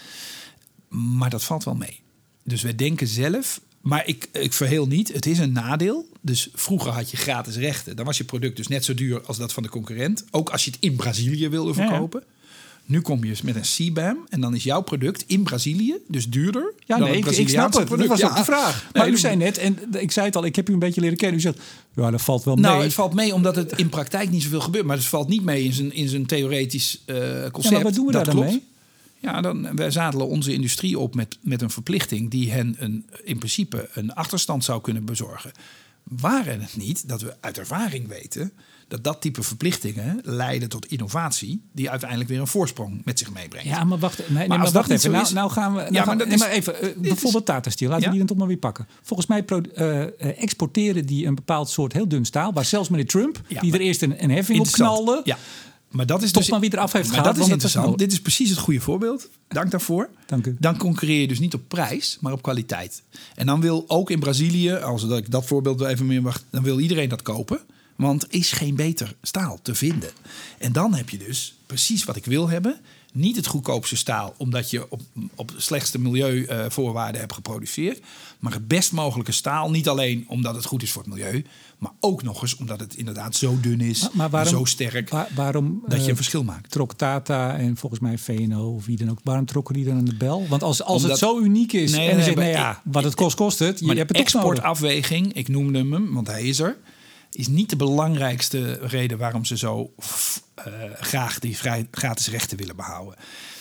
Maar dat valt wel mee. Dus wij denken zelf, maar ik, ik verheel niet, het is een nadeel. Dus vroeger had je gratis rechten. Dan was je product dus net zo duur als dat van de concurrent. Ook als je het in Brazilië wilde verkopen. Ja, ja. Nu kom je met een C B A M en dan is jouw product in Brazilië dus duurder ja, dan nee, het Braziliaanse ik snap het. product. Dat was ja. ook de vraag. Maar nee, u zei net, en ik zei het al, ik heb u een beetje leren kennen. U zegt, ja, dat valt wel mee. Nou, het valt mee omdat het in praktijk niet zoveel gebeurt. Maar het valt niet mee in zijn, in zijn theoretisch uh, concept. Ja, maar wat doen we dat daar dan klopt. mee? Ja, dan, wij zadelen onze industrie op met, met een verplichting die hen een, in principe een achterstand zou kunnen bezorgen. Waren het niet dat we uit ervaring weten dat dat type verplichtingen leiden tot innovatie die uiteindelijk weer een voorsprong met zich meebrengt. Ja, maar wacht, nee, nee, maar maar wacht even. Nou, nou gaan we. Nou ja, maar, gaan, nee, maar even. Uh, bijvoorbeeld Tata Steel. Laten ja? we die dan toch maar weer pakken. Volgens mij pro, uh, uh, exporteren die een bepaald soort heel dun staal, waar zelfs meneer Trump, ja, die er eerst een, een heffing op knalde. Ja. Maar dat is toch dus, maar wie eraf heeft maar gehaald. Dat is interessant. Dit is precies het goede voorbeeld. Dank daarvoor. Dank u. Dan concurreer je dus niet op prijs, maar op kwaliteit. En dan wil ook in Brazilië, als ik dat voorbeeld even meer wacht, dan wil iedereen dat kopen. Want er is geen beter staal te vinden. En dan heb je dus precies wat ik wil hebben. Niet het goedkoopste staal, omdat je op, op de slechtste milieuvoorwaarden hebt geproduceerd. Maar het best mogelijke staal. Niet alleen omdat het goed is voor het milieu. Maar ook nog eens omdat het inderdaad zo dun is. Maar, maar waarom, en zo sterk waar, waarom, dat je een uh, verschil maakt. Trok Tata en volgens mij V N O of wie dan ook. Waarom trokken die dan aan de bel? Want als, als omdat, het zo uniek is. Nee, en je zegt, nou ja, wat het kost, kost het. Je maar hebt de het exportafweging, ik noemde hem, want hij is er. Is niet de belangrijkste reden waarom ze zo uh, graag die vrij, gratis rechten willen behouden.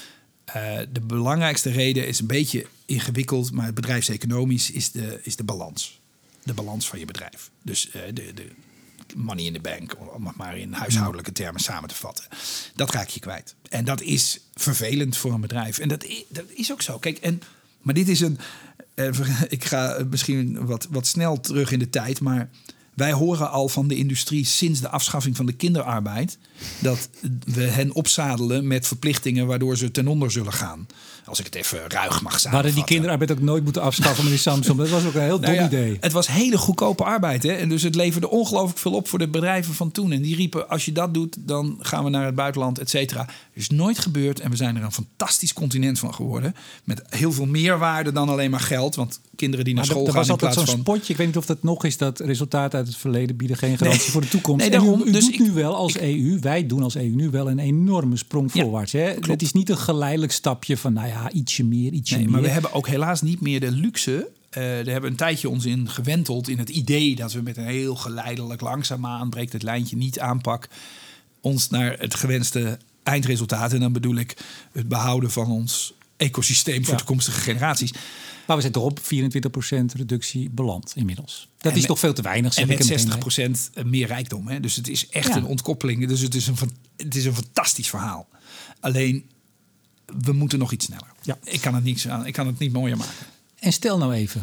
Uh, de belangrijkste reden is een beetje ingewikkeld, maar bedrijfseconomisch is de, is de balans. De balans van je bedrijf. Dus uh, de, de money in the bank, om het maar in huishoudelijke termen samen te vatten. Dat raak je kwijt. En dat is vervelend voor een bedrijf. En dat is, dat is ook zo. Kijk, en, maar dit is een... Uh, ik ga misschien wat, wat snel terug in de tijd, maar wij horen al van de industrie sinds de afschaffing van de kinderarbeid dat we hen opzadelen met verplichtingen waardoor ze ten onder zullen gaan. Als ik het even ruig mag samenvatten. We hadden die kinderarbeid ook nooit moeten afschaffen, meneer Samsom. Dat was ook een heel dom nou ja, idee. Het was hele goedkope arbeid. Hè? En dus het leverde ongelooflijk veel op voor de bedrijven van toen. En die riepen, als je dat doet, dan gaan we naar het buitenland, et cetera. Dat is nooit gebeurd. En we zijn er een fantastisch continent van geworden. Met heel veel meer waarde dan alleen maar geld. Want kinderen die naar maar school gaan in plaats van... Er was altijd zo'n spotje. Ik weet niet of dat nog is. Dat resultaten uit het verleden bieden geen garantie nee. voor de toekomst. Nee, daarom, en u, u dus doet ik, nu wel als ik, E U, wij doen als E U nu wel een enorme sprong ja, voorwaarts. Hè? Het is niet een geleidelijk stapje van, nou ja, ietsje meer, ietsje nee, meer. Maar we hebben ook helaas niet meer de luxe. Uh, er hebben een tijdje ons in gewenteld in het idee dat we met een heel geleidelijk langzaamaan, breekt het lijntje niet aanpak, ons naar het gewenste eindresultaat. En dan bedoel ik het behouden van ons ecosysteem voor ja. toekomstige generaties. Maar we zijn toch op vierentwintig procent reductie beland inmiddels. Dat en is met, toch veel te weinig. En met zestig procent meer rijkdom. Hè? Dus het is echt ja. een ontkoppeling. Dus het is een, het is een fantastisch verhaal. Alleen, we moeten nog iets sneller. Ja. Ik kan het niet, ik kan het niet mooier maken. En stel nou even,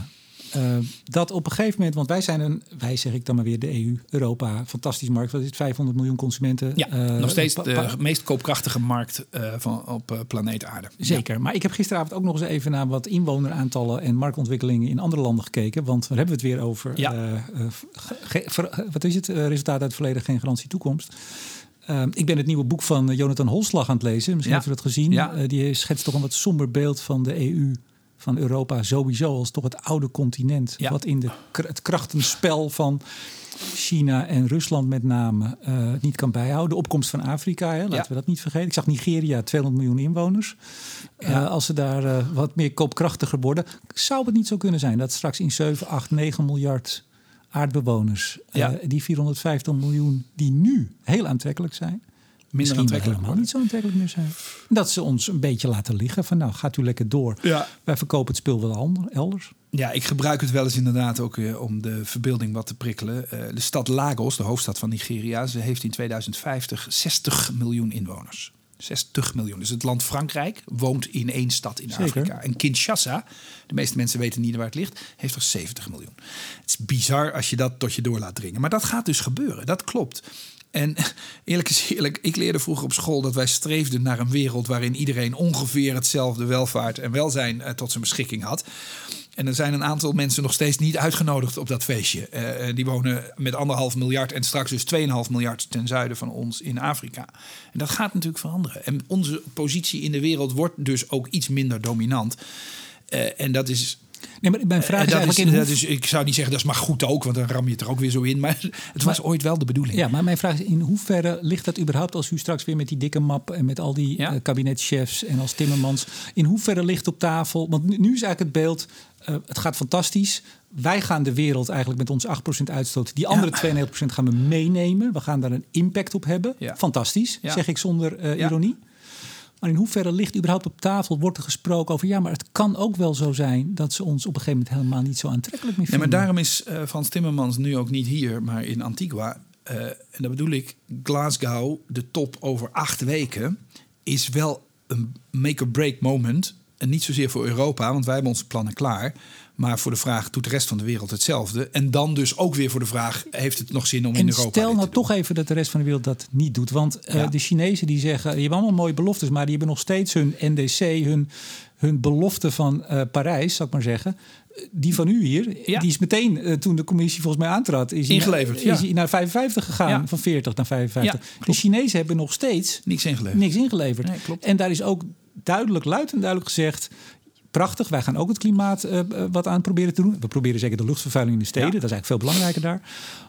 Uh, dat op een gegeven moment, want wij zijn een, wij zeg ik dan maar weer de E U, Europa, fantastisch markt. Wat is het, vijfhonderd miljoen consumenten? Ja, uh, nog steeds pa- de pa- meest koopkrachtige markt uh, van, op uh, planeet Aarde. Zeker, ja. Maar ik heb gisteravond ook nog eens even naar wat inwoneraantallen en marktontwikkelingen in andere landen gekeken. Want daar hebben we het weer over. Ja. Uh, uh, ge, ver, wat is het? Uh, resultaat uit het verleden, geen garantie toekomst. Uh, ik ben het nieuwe boek van Jonathan Holslag aan het lezen. Misschien ja. hebben we dat gezien. Ja. Uh, die schetst toch een wat somber beeld van de E U, van Europa sowieso, als toch het oude continent. Ja. Wat in de, het krachtenspel van China en Rusland met name uh, niet kan bijhouden. De opkomst van Afrika, hè, laten ja. we dat niet vergeten. Ik zag Nigeria, tweehonderd miljoen inwoners. Ja. Uh, als ze daar uh, wat meer koopkrachtiger worden, zou het niet zo kunnen zijn dat straks in zeven, acht, negen miljard aardbewoners, ja. uh, die vierhonderdvijftig miljoen die nu heel aantrekkelijk zijn, minder aantrekkelijk helemaal niet zo aantrekkelijk meer zijn. Dat ze ons een beetje laten liggen van nou, gaat u lekker door. Ja. Wij verkopen het spul wel ander, elders. Ja, ik gebruik het wel eens inderdaad ook uh, om de verbeelding wat te prikkelen. Uh, de stad Lagos, de hoofdstad van Nigeria, ze heeft in tweeduizend vijftig zestig miljoen inwoners. zestig miljoen. Dus het land Frankrijk woont in één stad in Zeker. Afrika. En Kinshasa, de meeste mensen weten niet waar het ligt, heeft er zeventig miljoen. Het is bizar als je dat tot je door laat dringen. Maar dat gaat dus gebeuren, dat klopt. En eerlijk is eerlijk, ik leerde vroeger op school dat wij streefden naar een wereld waarin iedereen ongeveer hetzelfde welvaart en welzijn uh, tot zijn beschikking had. En er zijn een aantal mensen nog steeds niet uitgenodigd op dat feestje. Uh, die wonen met anderhalf miljard en straks dus tweeënhalf miljard ten zuiden van ons in Afrika. En dat gaat natuurlijk veranderen. En onze positie in de wereld wordt dus ook iets minder dominant. Uh, en dat is... Nee, maar mijn vraag is dat eigenlijk... Is, in dat is, ik zou niet zeggen dat is maar goed ook, want dan ram je het er ook weer zo in. Maar het was maar, ooit wel de bedoeling. Ja, maar mijn vraag is, in hoeverre ligt dat überhaupt als u straks weer met die dikke map en met al die ja. uh, kabinetchefs en als Timmermans, in hoeverre ligt op tafel? Want nu, nu is eigenlijk het beeld, uh, het gaat fantastisch. Wij gaan de wereld eigenlijk met ons acht procent uitstoot, die andere ja. tweeënnegentig procent gaan we meenemen. We gaan daar een impact op hebben. Ja. Fantastisch, ja. zeg ik zonder uh, ironie. Ja. Maar in hoeverre ligt überhaupt op tafel, wordt er gesproken over... ja, maar het kan ook wel zo zijn dat ze ons op een gegeven moment helemaal niet zo aantrekkelijk meer vinden. Nee, maar daarom is uh, Frans Timmermans nu ook niet hier, maar in Antigua. Uh, en dat bedoel ik, Glasgow, de top over acht weken, is wel een make-or-break moment. En niet zozeer voor Europa, want wij hebben onze plannen klaar. Maar voor de vraag, doet de rest van de wereld hetzelfde? En dan dus ook weer voor de vraag, heeft het nog zin om en in Europa stel nou te toch even dat de rest van de wereld dat niet doet. Want uh, ja. de Chinezen die zeggen, je hebt allemaal mooie beloftes, maar die hebben nog steeds hun N D C, hun, hun belofte van uh, Parijs, zal ik maar zeggen. Die van u hier, ja. die is meteen, uh, toen de commissie volgens mij aantrad, is ingeleverd. Hij, ja. is hij naar vijfenvijftig gegaan, ja. van veertig naar vijfenvijftig. Ja, de Chinezen hebben nog steeds niks ingeleverd. Niks ingeleverd. Nee, klopt. En daar is ook duidelijk, luid en duidelijk gezegd, prachtig, wij gaan ook het klimaat uh, wat aan proberen te doen. We proberen zeker de luchtvervuiling in de steden. Ja. Dat is eigenlijk veel belangrijker daar.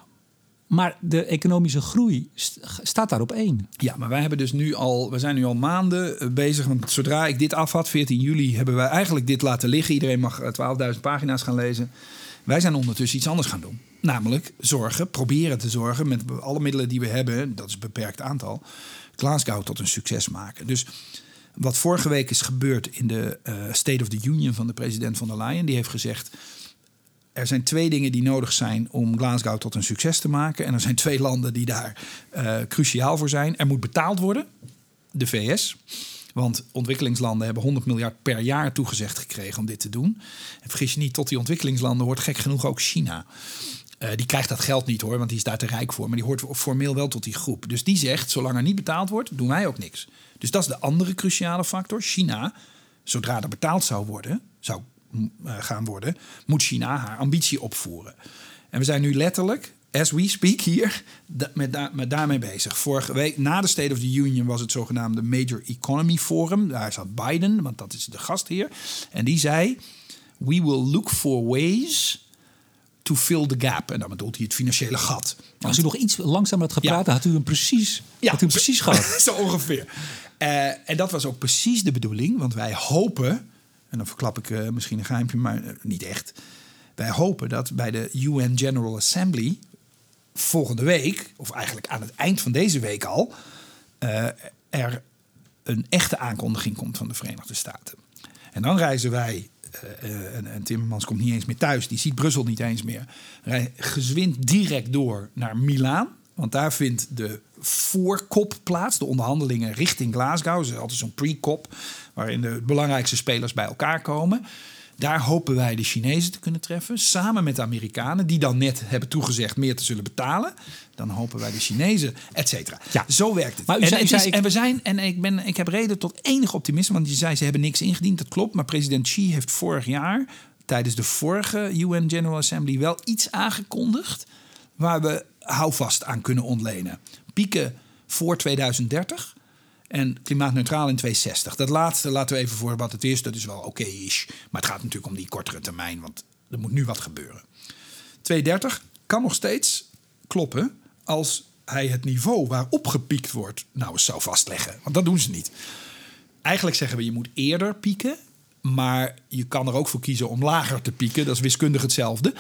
Maar de economische groei st- staat daar op één. Ja, maar wij hebben dus nu al, we zijn nu al maanden bezig. Want zodra ik dit af had, veertien juli, hebben wij eigenlijk dit laten liggen. Iedereen mag twaalfduizend pagina's gaan lezen. Wij zijn ondertussen iets anders gaan doen. Namelijk zorgen, proberen te zorgen met alle middelen die we hebben, dat is een beperkt aantal, Glasgow tot een succes maken. Dus wat vorige week is gebeurd in de uh, State of the Union van de president von der Leyen, die heeft gezegd, er zijn twee dingen die nodig zijn om Glasgow tot een succes te maken. En er zijn twee landen die daar uh, cruciaal voor zijn. Er moet betaald worden, de V S. Want ontwikkelingslanden hebben honderd miljard per jaar toegezegd gekregen om dit te doen. En vergis je niet, tot die ontwikkelingslanden hoort gek genoeg ook China. Uh, die krijgt dat geld niet hoor, want die is daar te rijk voor. Maar die hoort formeel wel tot die groep. Dus die zegt, zolang er niet betaald wordt, doen wij ook niks. Dus dat is de andere cruciale factor. China, zodra er betaald zou worden, zou uh, gaan worden, moet China haar ambitie opvoeren. En we zijn nu letterlijk, as we speak hier, da- met, da- met daarmee bezig. Vorige week, na de State of the Union, was het zogenaamde Major Economy Forum. Daar zat Biden, want dat is de gastheer. En die zei, we will look for ways to fill the gap. En dan bedoelt hij het financiële gat. Want als u nog iets langzamer had gepraat, ja. had u hem precies, ja, had u hem precies gehad. Zo ongeveer. Uh, en dat was ook precies de bedoeling. Want wij hopen, en dan verklap ik uh, misschien een geheimpje, maar uh, niet echt. Wij hopen dat bij de U N General Assembly volgende week, of eigenlijk aan het eind van deze week al, uh, er een echte aankondiging komt van de Verenigde Staten. En dan reizen wij, uh, uh, en, en Timmermans komt niet eens meer thuis, die ziet Brussel niet eens meer, rij gezwind direct door naar Milaan. Want daar vindt de voorkop plaats, de onderhandelingen richting Glasgow. Er is altijd zo'n pre-kop, waarin de belangrijkste spelers bij elkaar komen. Daar hopen wij de Chinezen te kunnen treffen. Samen met de Amerikanen, die dan net hebben toegezegd meer te zullen betalen. Dan hopen wij de Chinezen, et cetera. Ja. Zo werkt het. Maar u en, zei, het zei is, ik... en we zijn, en ik, ben, ik heb reden tot enig optimisme. Want je zei, ze hebben niks ingediend. Dat klopt. Maar president Xi heeft vorig jaar, tijdens de vorige U N General Assembly, wel iets aangekondigd waar we houvast aan kunnen ontlenen. Pieken voor tweeduizend dertig en klimaatneutraal in tweeduizend zestig. Dat laatste laten we even voor wat het is. Dat is wel oké-ish. Maar het gaat natuurlijk om die kortere termijn, want er moet nu wat gebeuren. tweeduizend dertig kan nog steeds kloppen als hij het niveau waarop gepiekt wordt nou eens zou vastleggen. Want dat doen ze niet. Eigenlijk zeggen we, je moet eerder pieken, maar je kan er ook voor kiezen om lager te pieken. Dat is wiskundig hetzelfde.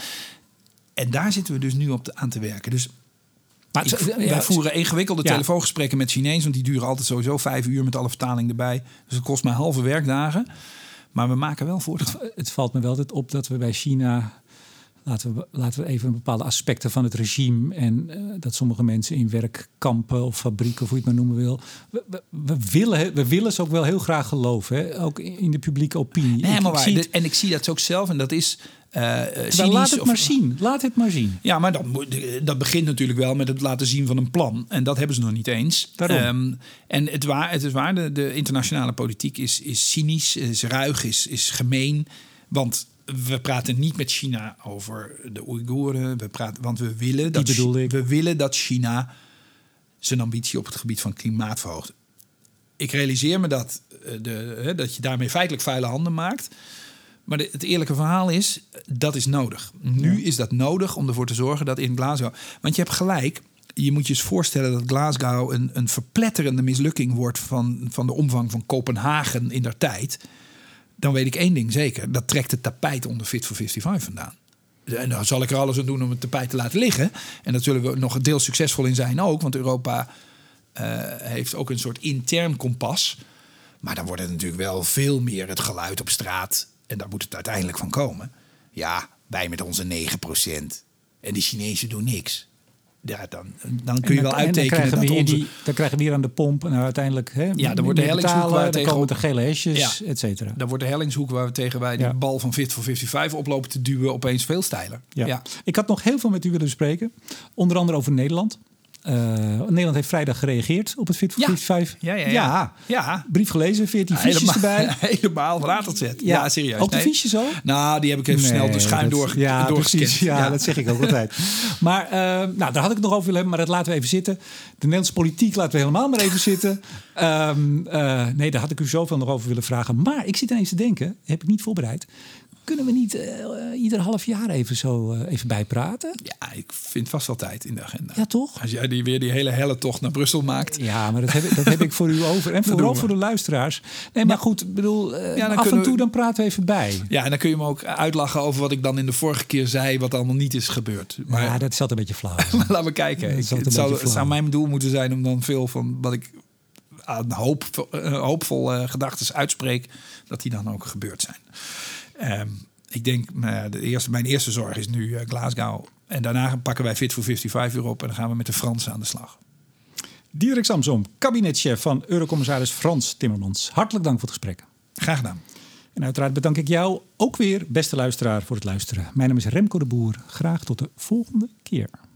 En daar zitten we dus nu op te, aan te werken. Dus maar het, ik, ja, wij voeren ingewikkelde ja. telefoongesprekken met Chinezen, want die duren altijd sowieso vijf uur met alle vertaling erbij. Dus het kost maar halve werkdagen. Maar we maken wel voortgang. Het, het valt me wel altijd op dat we bij China, laten we, laten we even bepaalde aspecten van het regime en uh, dat sommige mensen in werkkampen of fabrieken, of hoe je het maar noemen wil, we, we, we, willen, we willen ze ook wel heel graag geloven, hè? Ook in de publieke opinie. Nee, ik, maar ik waar, zie het, en ik zie dat ook zelf en dat is Uh, cynisch, laat het of, maar zien. Laat het maar zien. Ja, maar dat, dat begint natuurlijk wel met het laten zien van een plan. En dat hebben ze nog niet eens. Um, en het, waar, het is waar, de, de internationale politiek is, is cynisch, is ruig, is, is gemeen. Want we praten niet met China over de Oeigoeren. We praten, want we willen, dat, we willen dat China zijn ambitie op het gebied van klimaat verhoogt. Ik realiseer me dat, de, dat je daarmee feitelijk vuile handen maakt. Maar de, het eerlijke verhaal is, dat is nodig. Nu ja. is dat nodig om ervoor te zorgen dat in Glasgow... Want je hebt gelijk, je moet je eens voorstellen dat Glasgow een, een verpletterende mislukking wordt van, van de omvang van Kopenhagen in der tijd. Dan weet ik één ding zeker, dat trekt het tapijt onder Fit for vijfenvijftig vandaan. En dan zal ik er alles aan doen om het tapijt te laten liggen. En dat zullen we nog een deel succesvol in zijn ook, want Europa uh, heeft ook een soort intern kompas. Maar dan wordt het natuurlijk wel veel meer het geluid op straat. En daar moet het uiteindelijk van komen. Ja, wij met onze negen procent. En de Chinezen doen niks. Ja, dan, dan kun je dan, wel uittekenen dan dat onze... Die, dan krijgen we hier aan de pomp. Nou, uiteindelijk... Hè, ja, dan wordt de hellingshoek waar we tegen... komen de gele hesjes, ja. et cetera. Dan wordt de hellingshoek waar we tegen wij die ja. bal van Fit for vijfenvijftig oplopen te duwen opeens veel steiler. Ja. Ja. Ik had nog heel veel met u willen bespreken. Onder andere over Nederland. Uh, Nederland heeft vrijdag gereageerd op het Fit for vijfenvijftig. Ja, ja, ja. ja. ja. Brief gelezen, veertien ja, fiches erbij. Helemaal van A tot Z. Ja, ja, serieus. Ook de nee. fiches al? Nou, die heb ik even nee, snel de schuim dat, door, ja, doorgescand. Ja, ja, dat zeg ik ook altijd. Maar uh, nou, daar had ik het nog over willen hebben, maar dat laten we even zitten. De Nederlandse politiek laten we helemaal maar even zitten. Um, uh, nee, daar had ik u zoveel nog over willen vragen. Maar ik zit ineens te denken, heb ik niet voorbereid. Kunnen we niet uh, ieder half jaar even zo uh, even bijpraten? Ja, ik vind vast wel tijd in de agenda. Ja, toch? Als jij die weer die hele helle tocht naar Brussel maakt. Ja, maar dat heb, dat heb ik voor u over. En vooral voor de luisteraars. Nee, maar ja. goed, bedoel, uh, ja, af en toe we... dan praten we even bij. Ja, en dan kun je me ook uitlachen over wat ik dan in de vorige keer zei, wat allemaal niet is gebeurd. Maar ja, dat is altijd een beetje flauw. Maar laten we kijken. Ik, het, zou, het zou mijn doel moeten zijn om dan veel van wat ik aan hoop, uh, hoopvol uh, gedachtes uitspreek, dat die dan ook gebeurd zijn. Um, Ik denk, nou, de eerste, mijn eerste zorg is nu uh, Glasgow. En daarna pakken wij Fit for vijfenvijftig weer op. En dan gaan we met de Fransen aan de slag. Diederik Samsom, kabinetchef van Eurocommissaris Frans Timmermans. Hartelijk dank voor het gesprek. Graag gedaan. En uiteraard bedank ik jou ook weer, beste luisteraar, voor het luisteren. Mijn naam is Remco de Boer. Graag tot de volgende keer.